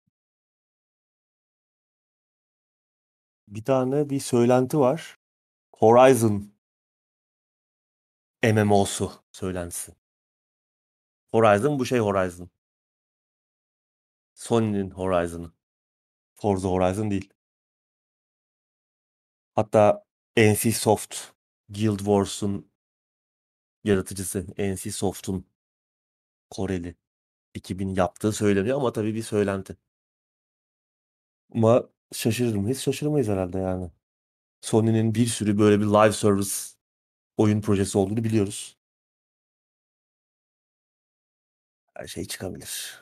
Speaker 2: Bir tane bir söylenti var. Horizon MMO'su söylentisi. Horizon bu şey Horizon. Sony'nin Horizon'ı. Forza Horizon değil. Hatta NC Soft, Guild Wars'un yaratıcısı NC Soft'un Koreli ekibin yaptığı söyleniyor ama tabii bir söylenti. Ama şaşırır mıyız? Şaşırmayız herhalde yani. Sony'nin bir sürü böyle bir live service oyun projesi olduğunu biliyoruz. Her şey çıkabilir.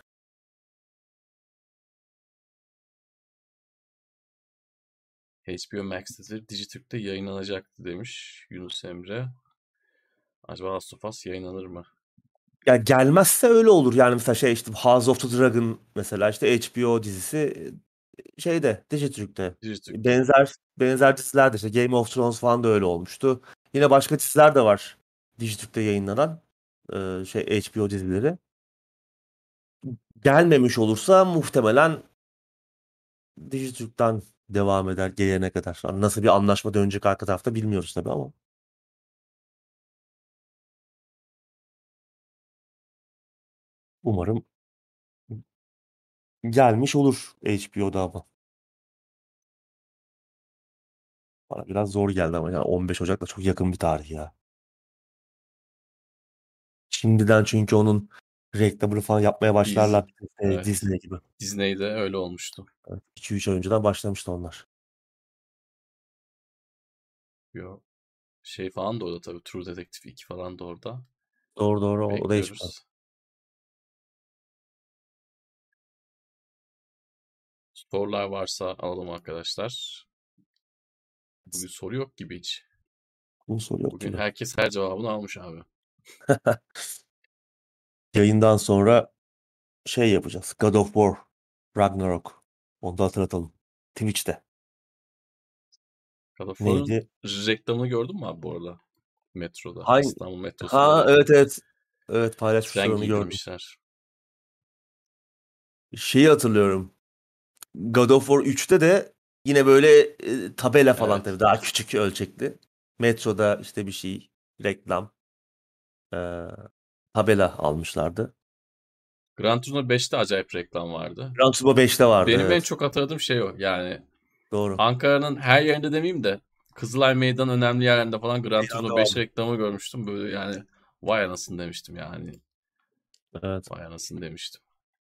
Speaker 1: HBO Max'te Dijitürk'te yayınlanacaktı demiş Yunus Emre. Acaba Last of Us yayınlanır mı?
Speaker 2: Ya gelmezse öyle olur. Yani mesela şey işte House of the Dragon mesela işte HBO dizisi şeyde Dijitürk'te.
Speaker 1: Dijitürk'te.
Speaker 2: Benzer diziler de işte Game of Thrones falan da öyle olmuştu. Yine başka diziler de var Dijitürk'te yayınlanan şey HBO dizileri. Gelmemiş olursa muhtemelen Dijitürk'ten devam eder gelene kadar. Yani nasıl bir anlaşma dönecek arka tarafta bilmiyoruz tabii ama. Umarım gelmiş olur HBO'da ama. Bana biraz zor geldi ama yani 15 Ocak da çok yakın bir tarih ya. Şimdiden çünkü onun reklamını falan yapmaya
Speaker 1: Dizi.
Speaker 2: başlarlar.
Speaker 1: Evet.
Speaker 2: Disney gibi.
Speaker 1: Disney'de öyle olmuştu.
Speaker 2: Evet, 2-3 ay önceden başlamıştı onlar.
Speaker 1: Yo. Şey falan da orada tabii. True Detective 2 falan da orada.
Speaker 2: Doğru doğru o da HBO.
Speaker 1: Bekliyoruz. Sorular varsa alalım arkadaşlar. Bugün soru yok gibi hiç.
Speaker 2: Bunu soruyor
Speaker 1: Bugün
Speaker 2: gibi.
Speaker 1: herkes her cevabını almış abi.
Speaker 2: Yayından sonra şey yapacağız. God of War Ragnarok. Onu da hatırlatalım. Twitch'te.
Speaker 1: God of War'un
Speaker 2: Neydi?
Speaker 1: reklamını gördün mü abi bu arada? Metroda.
Speaker 2: Hangi?
Speaker 1: İstanbul metrosunda
Speaker 2: Ha
Speaker 1: bir
Speaker 2: evet evet. Evet
Speaker 1: tren
Speaker 2: paylaşmışlar onu gördüm.
Speaker 1: giydirmişler.
Speaker 2: Şeyi hatırlıyorum. God of War 3'te de yine böyle tabela falan
Speaker 1: Evet.
Speaker 2: tabii daha küçük ölçekli. Metroda işte bir şey reklam e, tabela almışlardı.
Speaker 1: Gran Turismo 5'te acayip reklam vardı.
Speaker 2: Gran Turismo 5'te vardı
Speaker 1: Benim en
Speaker 2: evet.
Speaker 1: çok hatırladığım şey o. Yani
Speaker 2: Doğru.
Speaker 1: Ankara'nın her yerinde demeyeyim de Kızılay Meydan önemli yerlerinde falan Gran
Speaker 2: Meydan
Speaker 1: Turismo 5
Speaker 2: devamlı.
Speaker 1: reklamı görmüştüm. Böyle yani Vay anasını demiştim yani.
Speaker 2: Evet.
Speaker 1: Vay anasını demiştim.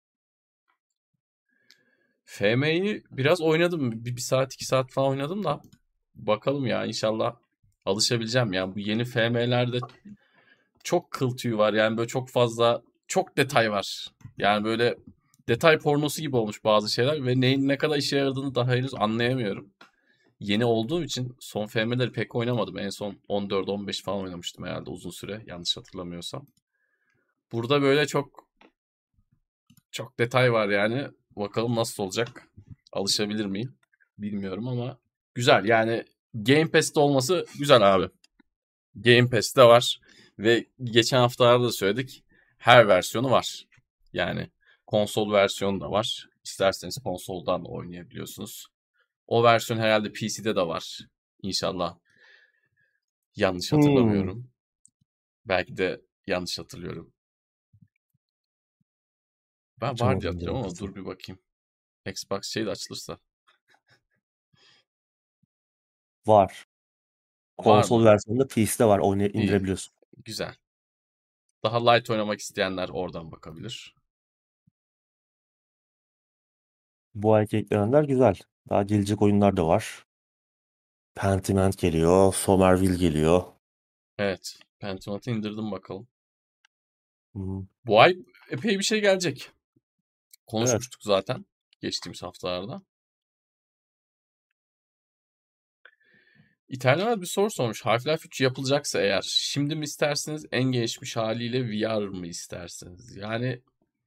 Speaker 1: FM'yi biraz oynadım. Bir saat 2 saat falan oynadım da. Bakalım ya, inşallah alışabileceğim ya. Bu yeni FM'lerde çok kıl tüyü var. Yani böyle çok fazla, çok detay var. Yani böyle detay pornosu gibi olmuş bazı şeyler ve neyin ne kadar işe yaradığını daha henüz anlayamıyorum. Yeni olduğum için son FM'leri pek oynamadım. En son 14-15 falan oynamıştım herhalde uzun süre, yanlış hatırlamıyorsam. Burada böyle çok çok detay var yani. Bakalım nasıl olacak? Alışabilir miyim? Bilmiyorum ama güzel. Yani Game Pass'te olması güzel abi. Game Pass'te var ve geçen haftalarda da söyledik. Her versiyonu var. Yani konsol versiyonu da var. İsterseniz konsoldan da oynayabiliyorsunuz. O versiyon herhalde PC'de de var. İnşallah yanlış
Speaker 2: Hmm.
Speaker 1: hatırlamıyorum. Belki de yanlış hatırlıyorum. Ben var diye
Speaker 2: Açamadım
Speaker 1: hatırlıyorum
Speaker 2: Game
Speaker 1: ama
Speaker 2: Pass'i.
Speaker 1: dur bir bakayım. Xbox şey de açılırsa.
Speaker 2: Var.
Speaker 1: Var
Speaker 2: Konsol
Speaker 1: mı?
Speaker 2: versiyonunda PC'de var.
Speaker 1: İyi.
Speaker 2: İndirebiliyorsun.
Speaker 1: Güzel. Daha light oynamak isteyenler oradan bakabilir.
Speaker 2: Bu ayki eklenenler güzel. Daha gelecek oyunlar da var. Pentiment geliyor. Somerville geliyor.
Speaker 1: Evet. Pentiment indirdim bakalım.
Speaker 2: Hmm.
Speaker 1: Bu ay epey bir şey gelecek.
Speaker 2: Evet.
Speaker 1: Konuşmuştuk zaten geçtiğimiz haftalarda. İtalyan bir soru sormuş. Half-Life 3 yapılacaksa eğer şimdi mi istersiniz, en gelişmiş haliyle VR mı istersiniz? Yani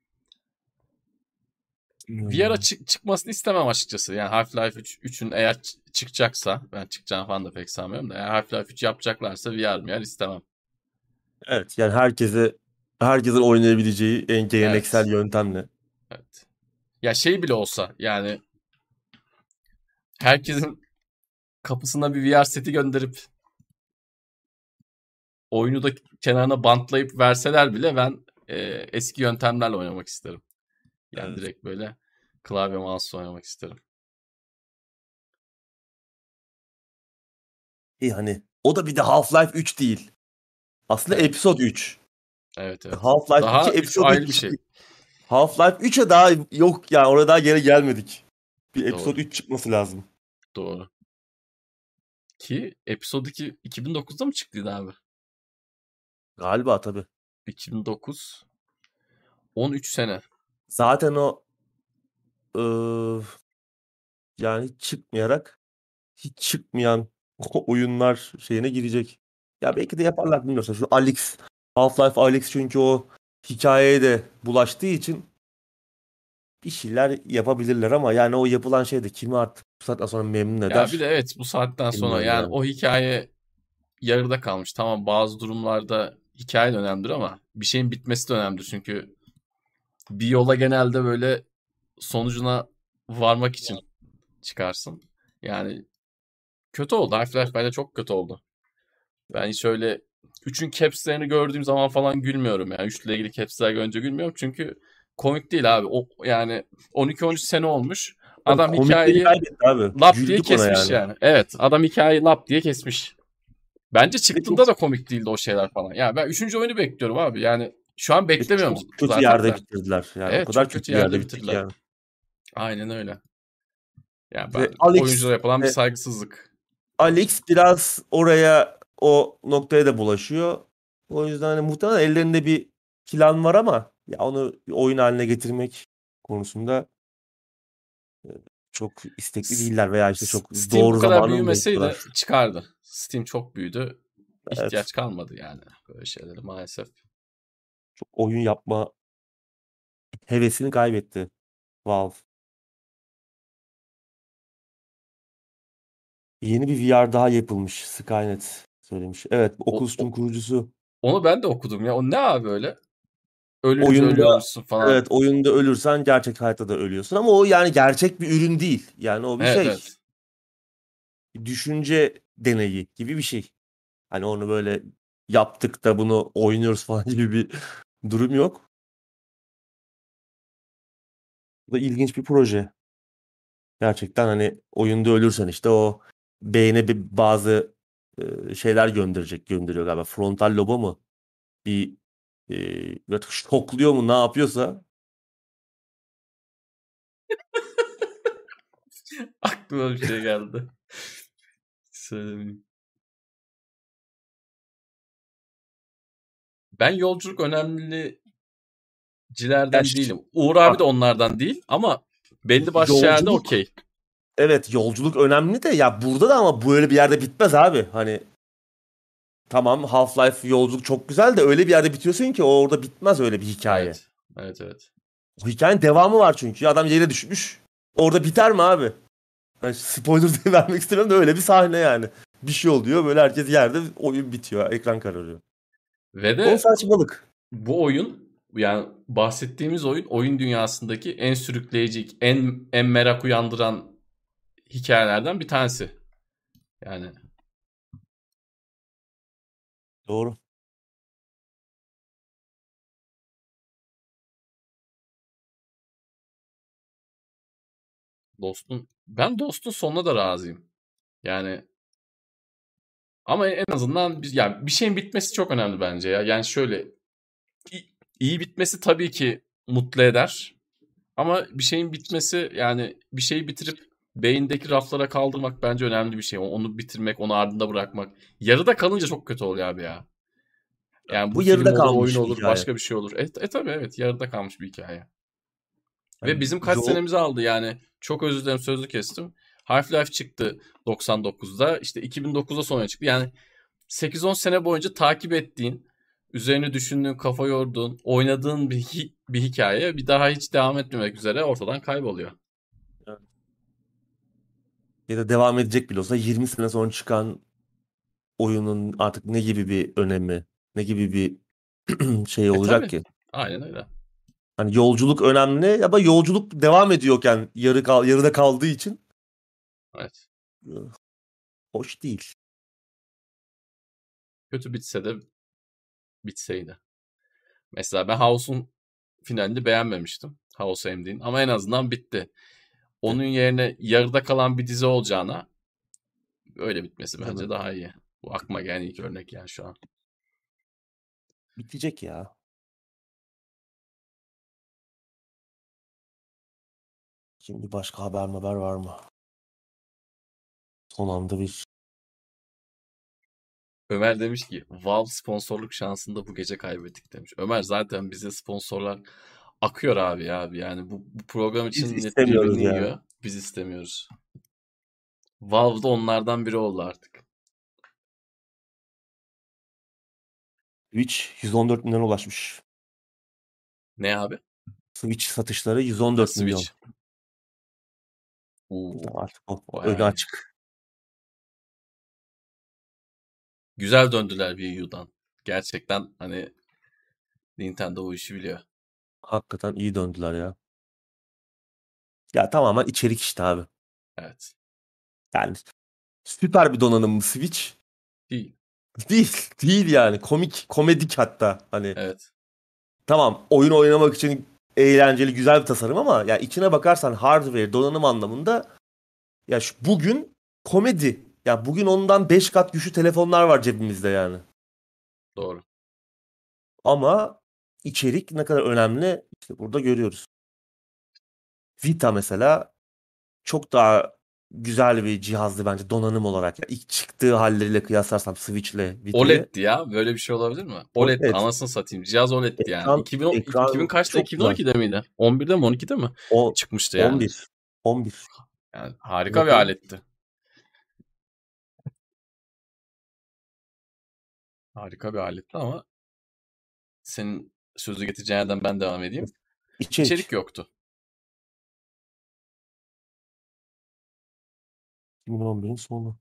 Speaker 1: VR'a
Speaker 2: Hmm.
Speaker 1: çıkmasını istemem açıkçası. Yani Half-Life 3'ün eğer çıkacaksa, ben çıkacağını falan da pek sanmıyorum da, eğer Half-Life 3 yapacaklarsa VR mı istemem.
Speaker 2: Evet. Yani herkesin oynayabileceği en geleneksel
Speaker 1: Evet.
Speaker 2: yöntemle.
Speaker 1: Evet. Ya şey bile olsa yani herkesin kapısına bir VR seti gönderip oyunu da kenarına bantlayıp verseler bile ben eski yöntemlerle oynamak isterim. Yani
Speaker 2: Evet.
Speaker 1: direkt böyle klavye mouse oynamak isterim.
Speaker 2: Yani o da bir de Half-Life 3 değil. Aslında
Speaker 1: Evet.
Speaker 2: Episode 3.
Speaker 1: Evet, evet.
Speaker 2: Half-Life 2
Speaker 1: Daha 3
Speaker 2: Episode
Speaker 1: ayrı bir
Speaker 2: 2.
Speaker 1: şey.
Speaker 2: Half-Life 3'e daha yok yani oraya daha geri gelmedik. Bir
Speaker 1: Doğru.
Speaker 2: Episode 3 çıkması lazım.
Speaker 1: Doğru. Ki Episode 2 2009'da mı çıktıydı abi?
Speaker 2: Galiba tabii.
Speaker 1: 2009. 13 sene.
Speaker 2: Zaten o ıı, yani hiç çıkmayarak hiç çıkmayan oyunlar şeyine girecek. Ya belki de yaparlar bilmiyorsun. Şu Alyx, Half-Life Alyx çünkü o hikayeye de bulaştığı için bir şeyler yapabilirler ama yani o yapılan şey de kimi artık bu saatten sonra memnun
Speaker 1: Ya bir de
Speaker 2: eder
Speaker 1: evet, bu saatten sonra
Speaker 2: bilmiyorum
Speaker 1: yani
Speaker 2: yani.
Speaker 1: o hikaye yarıda kalmış. Tamam, bazı durumlarda hikaye de önemlidir ama bir şeyin bitmesi de önemlidir. Çünkü bir yola genelde böyle sonucuna varmak için çıkarsın. Yani kötü oldu. Half-Life bence çok kötü oldu. Ben hiç öyle 3'ün caps'lerini gördüğüm zaman falan gülmüyorum. Yani 3 ile ilgili caps'ler görünce gülmüyorum. Çünkü komik değil abi. O, yani 12-13 sene olmuş.
Speaker 2: Tabii
Speaker 1: Adam
Speaker 2: komikliğini
Speaker 1: hikayeyi
Speaker 2: kaybetti abi.
Speaker 1: lap diye
Speaker 2: Güldük ona
Speaker 1: kesmiş
Speaker 2: yani.
Speaker 1: yani. Evet, adam hikayeyi lap diye kesmiş. Bence
Speaker 2: Ve çok
Speaker 1: çıktığında da komik değildi o şeyler falan. Yani ben 3. oyunu bekliyorum abi. Yani şu an beklemiyorum
Speaker 2: çok kötü
Speaker 1: zaten
Speaker 2: yerde
Speaker 1: de.
Speaker 2: bitirdiler. Yani o
Speaker 1: Evet,
Speaker 2: kadar
Speaker 1: çok kötü
Speaker 2: kötü bir yerde
Speaker 1: yerde
Speaker 2: bitti ki
Speaker 1: bitirdiler.
Speaker 2: yani.
Speaker 1: Aynen öyle. Yani
Speaker 2: Ve
Speaker 1: ben oyunculara yapılan bir saygısızlık.
Speaker 2: Alex biraz oraya o noktaya da bulaşıyor. O yüzden hani muhtemelen ellerinde bir plan var ama ya onu bir oyun haline getirmek konusunda e, çok istekli
Speaker 1: S-
Speaker 2: değiller veya işte çok
Speaker 1: Steam bu
Speaker 2: doğru
Speaker 1: kadar
Speaker 2: zamanı mı
Speaker 1: büyümeseydi
Speaker 2: bekliyorlar?
Speaker 1: çıkardı. Steam çok büyüdü.
Speaker 2: Evet.
Speaker 1: İhtiyaç kalmadı yani böyle şeylere maalesef.
Speaker 2: Çok oyun yapma hevesini kaybetti Valve. Yeni bir VR daha yapılmış. Skynet söylemiş. Evet,
Speaker 1: O,
Speaker 2: Oculus'un kurucusu.
Speaker 1: onu ben de okudum ya. O ne abi öyle? Ölünce
Speaker 2: Oyunda
Speaker 1: ölüyormuşsun falan.
Speaker 2: evet oyunda ölürsen gerçek hayatta da ölüyorsun ama o yani gerçek bir ürün değil. Yani o bir
Speaker 1: Evet,
Speaker 2: şey.
Speaker 1: evet.
Speaker 2: Düşünce deneyi gibi bir şey. Hani onu böyle yaptık da bunu oynuyoruz falan gibi bir durum yok. Bu da ilginç bir proje. Gerçekten hani oyunda ölürsen işte o beyne bazı şeyler gönderiyor galiba. Frontal loba mı? bir böyle şokluyor mu ne yapıyorsa.
Speaker 1: Aklıma bir şey geldi. Söylemeyeyim. Ben yolculuk önemlicilerden
Speaker 2: Ya
Speaker 1: değilim. Uğur abi de
Speaker 2: bak,
Speaker 1: onlardan değil ama belli başlı şeylerde
Speaker 2: yolculuk,
Speaker 1: okey.
Speaker 2: evet, yolculuk önemli de ya burada da ama böyle bir yerde bitmez abi. Hani tamam, Half-Life yolculuk çok güzel de öyle bir yerde bitiyorsun ki orada bitmez öyle bir hikaye.
Speaker 1: Evet. Evet evet.
Speaker 2: Bu hikayenin devamı var çünkü. Adam yere düşmüş. Orada biter mi abi? Hani spoiler diye vermek istemiyorum da öyle bir sahne yani. Bir şey oluyor böyle, herkes yerde, oyun bitiyor. Ekran kararıyor.
Speaker 1: Ve
Speaker 2: O
Speaker 1: de
Speaker 2: saçmalık.
Speaker 1: bu oyun, yani bahsettiğimiz oyun dünyasındaki en sürükleyici, en merak uyandıran hikayelerden bir tanesi. Yani
Speaker 2: Doğru.
Speaker 1: ben Dost'un sonuna da razıyım. Yani ama en azından yani bir şeyin bitmesi çok önemli bence ya. Yani şöyle iyi bitmesi tabii ki mutlu eder. Ama bir şeyin bitmesi, yani bir şeyi bitirip beyindeki raflara kaldırmak bence önemli bir şey. Onu bitirmek, onu ardında bırakmak. Yarıda kalınca çok kötü oluyor abi ya. Yani bu
Speaker 2: Bu
Speaker 1: film
Speaker 2: yarıda
Speaker 1: olur, oyun
Speaker 2: kalmış bir
Speaker 1: olur,
Speaker 2: hikaye.
Speaker 1: başka bir şey olur. Tabii evet, yarıda kalmış bir hikaye. Ve
Speaker 2: Yani
Speaker 1: bizim kaç
Speaker 2: yol
Speaker 1: senemizi aldı yani. Çok özür dilerim, sözlü kestim. Half-Life çıktı 99'da. İşte 2009'da sonra çıktı. Yani 8-10 sene boyunca takip ettiğin, üzerine düşündüğün, kafa yorduğun, oynadığın bir hikaye bir daha hiç devam etmemek üzere ortadan kayboluyor.
Speaker 2: ya da devam edecek bile olsa 20 sene sonra çıkan oyunun artık ne gibi bir önemi, ne gibi bir şey olacak
Speaker 1: Tabii.
Speaker 2: ki?
Speaker 1: Aynen öyle.
Speaker 2: Hani yolculuk önemli ama yolculuk devam ediyorken yarıda kaldığı için
Speaker 1: Evet.
Speaker 2: hoş değil.
Speaker 1: Kötü bitse de bitseydi. Mesela ben House'un finalini beğenmemiştim. House MD'nin, ama en azından bitti. Onun yerine yarıda kalan bir dizi olacağına öyle bitmesi
Speaker 2: Yani
Speaker 1: bence daha iyi. Bu aklıma gelen ilk örnek yani şu an.
Speaker 2: bitecek ya. Şimdi başka haber var mı? Son anda bir
Speaker 1: Ömer demiş ki Valve sponsorluk şansını da bu gece kaybettik demiş. Ömer, zaten bize sponsorlar akıyor abi ya. Yani bu program için
Speaker 2: biz
Speaker 1: millet birbirini
Speaker 2: istemiyoruz yani.
Speaker 1: yiyor. Biz istemiyoruz. Valve da onlardan biri oldu artık.
Speaker 2: Switch 114 milyona ulaşmış.
Speaker 1: Ne abi?
Speaker 2: Switch satışları
Speaker 1: Ha,
Speaker 2: 114 milyon.
Speaker 1: Switch. Oo,
Speaker 2: Artık o
Speaker 1: bayağı
Speaker 2: önü
Speaker 1: iyi.
Speaker 2: açık.
Speaker 1: Güzel döndüler Wii U'dan. Gerçekten hani Nintendo bu işi biliyor.
Speaker 2: Hakikaten iyi döndüler ya. Ya tamamen içerik işte abi.
Speaker 1: Evet.
Speaker 2: Yani süper bir donanım mı Switch?
Speaker 1: Değil.
Speaker 2: Değil. Değil yani. Komedik hatta. Hani
Speaker 1: Evet.
Speaker 2: tamam, oyun oynamak için eğlenceli, güzel bir tasarım ama ya içine bakarsan hardware, donanım anlamında ya bugün komedi. Ya bugün ondan 5 kat güçlü telefonlar var cebimizde yani.
Speaker 1: Doğru.
Speaker 2: Ama içerik ne kadar önemli işte burada görüyoruz. Vita mesela çok daha güzel bir cihazdı bence donanım olarak. Ya ilk çıktığı halleriyle kıyaslarsam Switch'le Vita'yı.
Speaker 1: OLED'ti ya. Böyle bir şey olabilir mi? OLED'ti.
Speaker 2: Evet,
Speaker 1: Anasını satayım. Cihaz OLED'ti yani.
Speaker 2: ekran
Speaker 1: 2000
Speaker 2: ekran
Speaker 1: kaçta?
Speaker 2: çok güzel.
Speaker 1: 2012'de miydi? 11'de mi 12'de mi?
Speaker 2: O
Speaker 1: Çıkmıştı yani.
Speaker 2: 11 11
Speaker 1: Yani harika bir
Speaker 2: bakalım.
Speaker 1: aletti. Harika bir aletti ama senin sözü getireceğin yerden ben devam edeyim.
Speaker 2: İçerik
Speaker 1: İçerik yoktu.
Speaker 2: 2011'in sonu.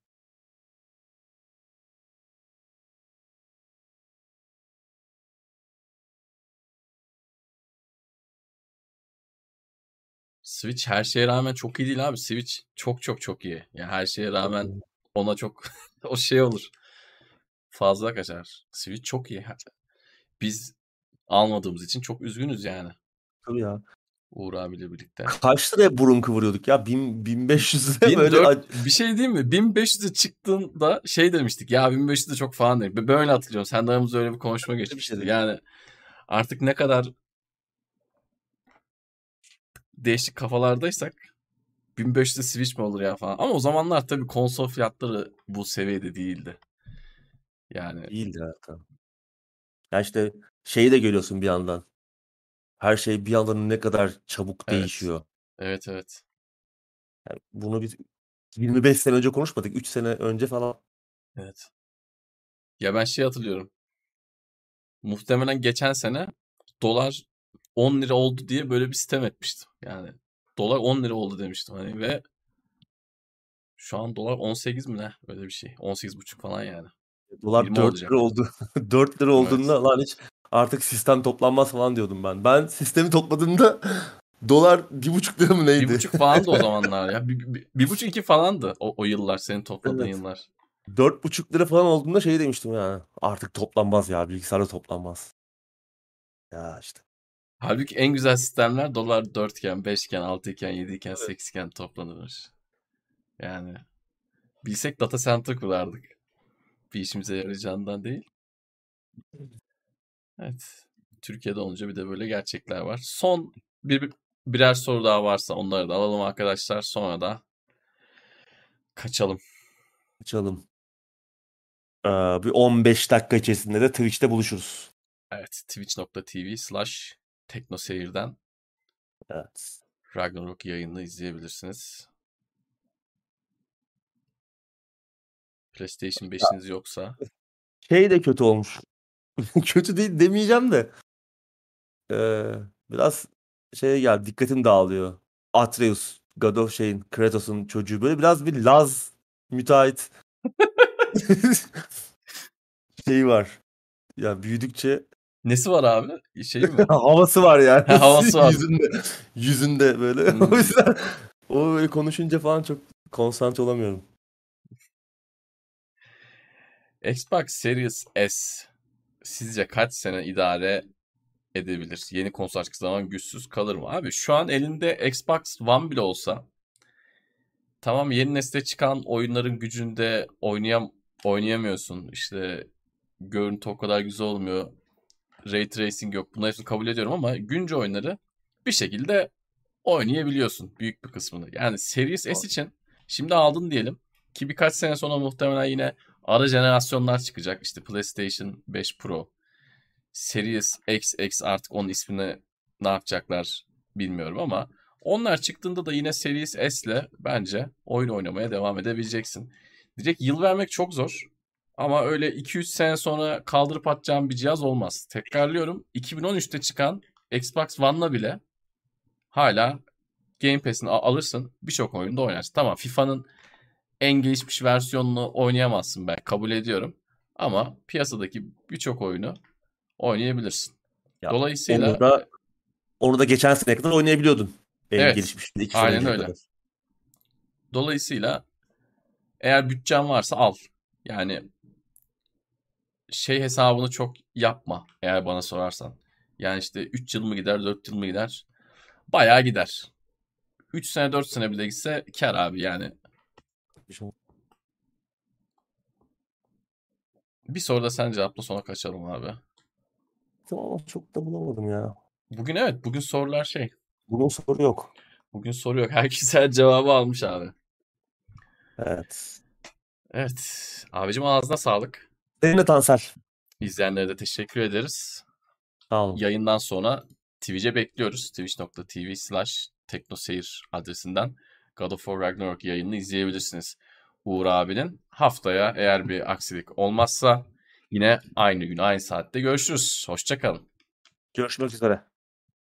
Speaker 1: Switch her şeye rağmen çok iyi değil abi. Switch çok çok çok iyi. Yani her şeye rağmen ona çok o şey olur. Fazla kaçar. Switch çok iyi. Biz almadığımız için çok üzgünüz yani.
Speaker 2: Tabii ya.
Speaker 1: Uğur abiyle birlikte.
Speaker 2: Kaç liraya burun kıvırıyorduk ya? 1500 liraya böyle
Speaker 1: 1400 bir şey değil mi? 1500'e çıktığında şey demiştik ya 1500 de çok falan dedik. Böyle hatırlıyorum. Sen de aramızda öyle bir konuşma
Speaker 2: bir
Speaker 1: geçmişti.
Speaker 2: şey.
Speaker 1: Yani artık ne kadar değişik kafalardaysak 1500'de Switch mi olur ya falan. Ama o zamanlar tabii konsol fiyatları bu seviyede değildi. Yani
Speaker 2: Değildi ya. Tamam. Ya işte şeyi de görüyorsun bir yandan. Her şey bir anda ne kadar çabuk
Speaker 1: evet.
Speaker 2: değişiyor.
Speaker 1: Evet evet.
Speaker 2: Yani bunu biz 25 sene önce konuşmadık. 3 sene önce falan.
Speaker 1: Evet. Ya ben şey hatırlıyorum. Muhtemelen geçen sene dolar 10 lira oldu diye böyle bir sitem etmiştim. Yani dolar 10 lira oldu demiştim hani ve şu an dolar 18 mi ne? Öyle bir şey. 18,5 falan yani.
Speaker 2: Dolar
Speaker 1: 20
Speaker 2: 4 lira
Speaker 1: olacak.
Speaker 2: oldu. 4 lira
Speaker 1: Evet.
Speaker 2: olduğunda lan hiç artık sistem toplanmaz falan diyordum ben. Ben sistemi topladığımda dolar 1,5 lira mı
Speaker 1: Bir
Speaker 2: neydi?
Speaker 1: buçuk falandı o zamanlar ya. Bir buçuk iki falandı o yıllar. Senin topladığın
Speaker 2: Evet.
Speaker 1: yıllar.
Speaker 2: 4,5 lira falan olduğunda şey demiştim ya. Artık toplanmaz ya. Bilgisayarda toplanmaz. Ya işte.
Speaker 1: Halbuki en güzel sistemler dolar 4 iken, 5 iken, 6 iken, 7 iken,
Speaker 2: Evet.
Speaker 1: 8 iken toplanır. Yani bilsek data center kurardık. Bir işimize yarayacağından değil. Evet. Türkiye'de olunca bir de böyle gerçekler var. Son birer soru daha varsa onları da alalım arkadaşlar. Sonra da kaçalım.
Speaker 2: Açalım. Bir 15 dakika içerisinde de Twitch'te buluşuruz.
Speaker 1: Evet. Twitch.tv/teknoseyir'den
Speaker 2: Evet.
Speaker 1: Ragnarok yayını izleyebilirsiniz. PlayStation
Speaker 2: Ya,
Speaker 1: 5'iniz yoksa
Speaker 2: şey de kötü olmuş. Kötü değil demeyeceğim de. Ee, biraz şeye geldi. Dikkatim dağılıyor. Atreus, God of Kratos'un çocuğu. Böyle biraz bir Laz müteahhit şeyi var. Ya büyüdükçe
Speaker 1: nesi var abi? Şey mi?
Speaker 2: havası var yani
Speaker 1: Ha, havası var.
Speaker 2: yüzünde. Yüzünde böyle. O
Speaker 1: Hmm.
Speaker 2: yüzden o böyle konuşunca falan çok konsantre olamıyorum.
Speaker 1: Xbox Series S sizce kaç sene idare edebilir? Yeni konsol çıktığı zaman güçsüz kalır mı? Abi şu an elinde Xbox One bile olsa tamam yeni nesle çıkan oyunların gücünde oynayamıyorsun. İşte görüntü o kadar güzel olmuyor. Ray tracing yok. Bunları hepsini kabul ediyorum ama güncel oyunları bir şekilde oynayabiliyorsun büyük bir kısmını. Yani Series S için şimdi aldın diyelim ki birkaç sene sonra muhtemelen yine ara jenerasyonlar çıkacak. İşte PlayStation 5 Pro, Series X artık onun ismini ne yapacaklar bilmiyorum ama onlar çıktığında da yine Series S ile bence oyun oynamaya devam edebileceksin. Direkt yıl vermek çok zor. Ama öyle 2-3 sene sonra kaldırıp atacağım bir cihaz olmaz. Tekrarlıyorum 2013'te çıkan Xbox One'la bile hala Game Pass'ini alırsın birçok oyunda oynarsın. Tamam FIFA'nın en gelişmiş versiyonunu oynayamazsın ben kabul ediyorum. Ama piyasadaki birçok oyunu oynayabilirsin.
Speaker 2: Ya onu
Speaker 1: Dolayısıyla
Speaker 2: da onu da geçen sene kadar oynayabiliyordun. En
Speaker 1: evet
Speaker 2: gelişmiş 2 sene
Speaker 1: aynen
Speaker 2: önceye
Speaker 1: öyle.
Speaker 2: kadar.
Speaker 1: Dolayısıyla eğer bütçen varsa al. Yani şey hesabını çok yapma eğer bana sorarsan. Yani işte 3 yıl mı gider 4 yıl mı gider? Bayağı gider. 3 sene 4 sene bile gitse kar abi yani. Bir soru da sen cevapla sonra kaçalım abi.
Speaker 2: Tamam çok da bulamadım ya.
Speaker 1: Bugün evet bugün sorular şey.
Speaker 2: Bunun soru yok.
Speaker 1: Bugün soru yok. Herkes her cevabı almış abi.
Speaker 2: Evet.
Speaker 1: Evet. Abicim ağzına sağlık.
Speaker 2: Senin de Tansel.
Speaker 1: İzleyenlere de teşekkür ederiz.
Speaker 2: Sağ olun.
Speaker 1: Yayından sonra Twitch'e bekliyoruz. Twitch.tv/teknoseyir adresinden God of War Ragnarok yayınını izleyebilirsiniz. Uğur abinin haftaya eğer bir aksilik olmazsa yine aynı gün aynı saatte görüşürüz. Hoşça kalın.
Speaker 2: Görüşmek üzere.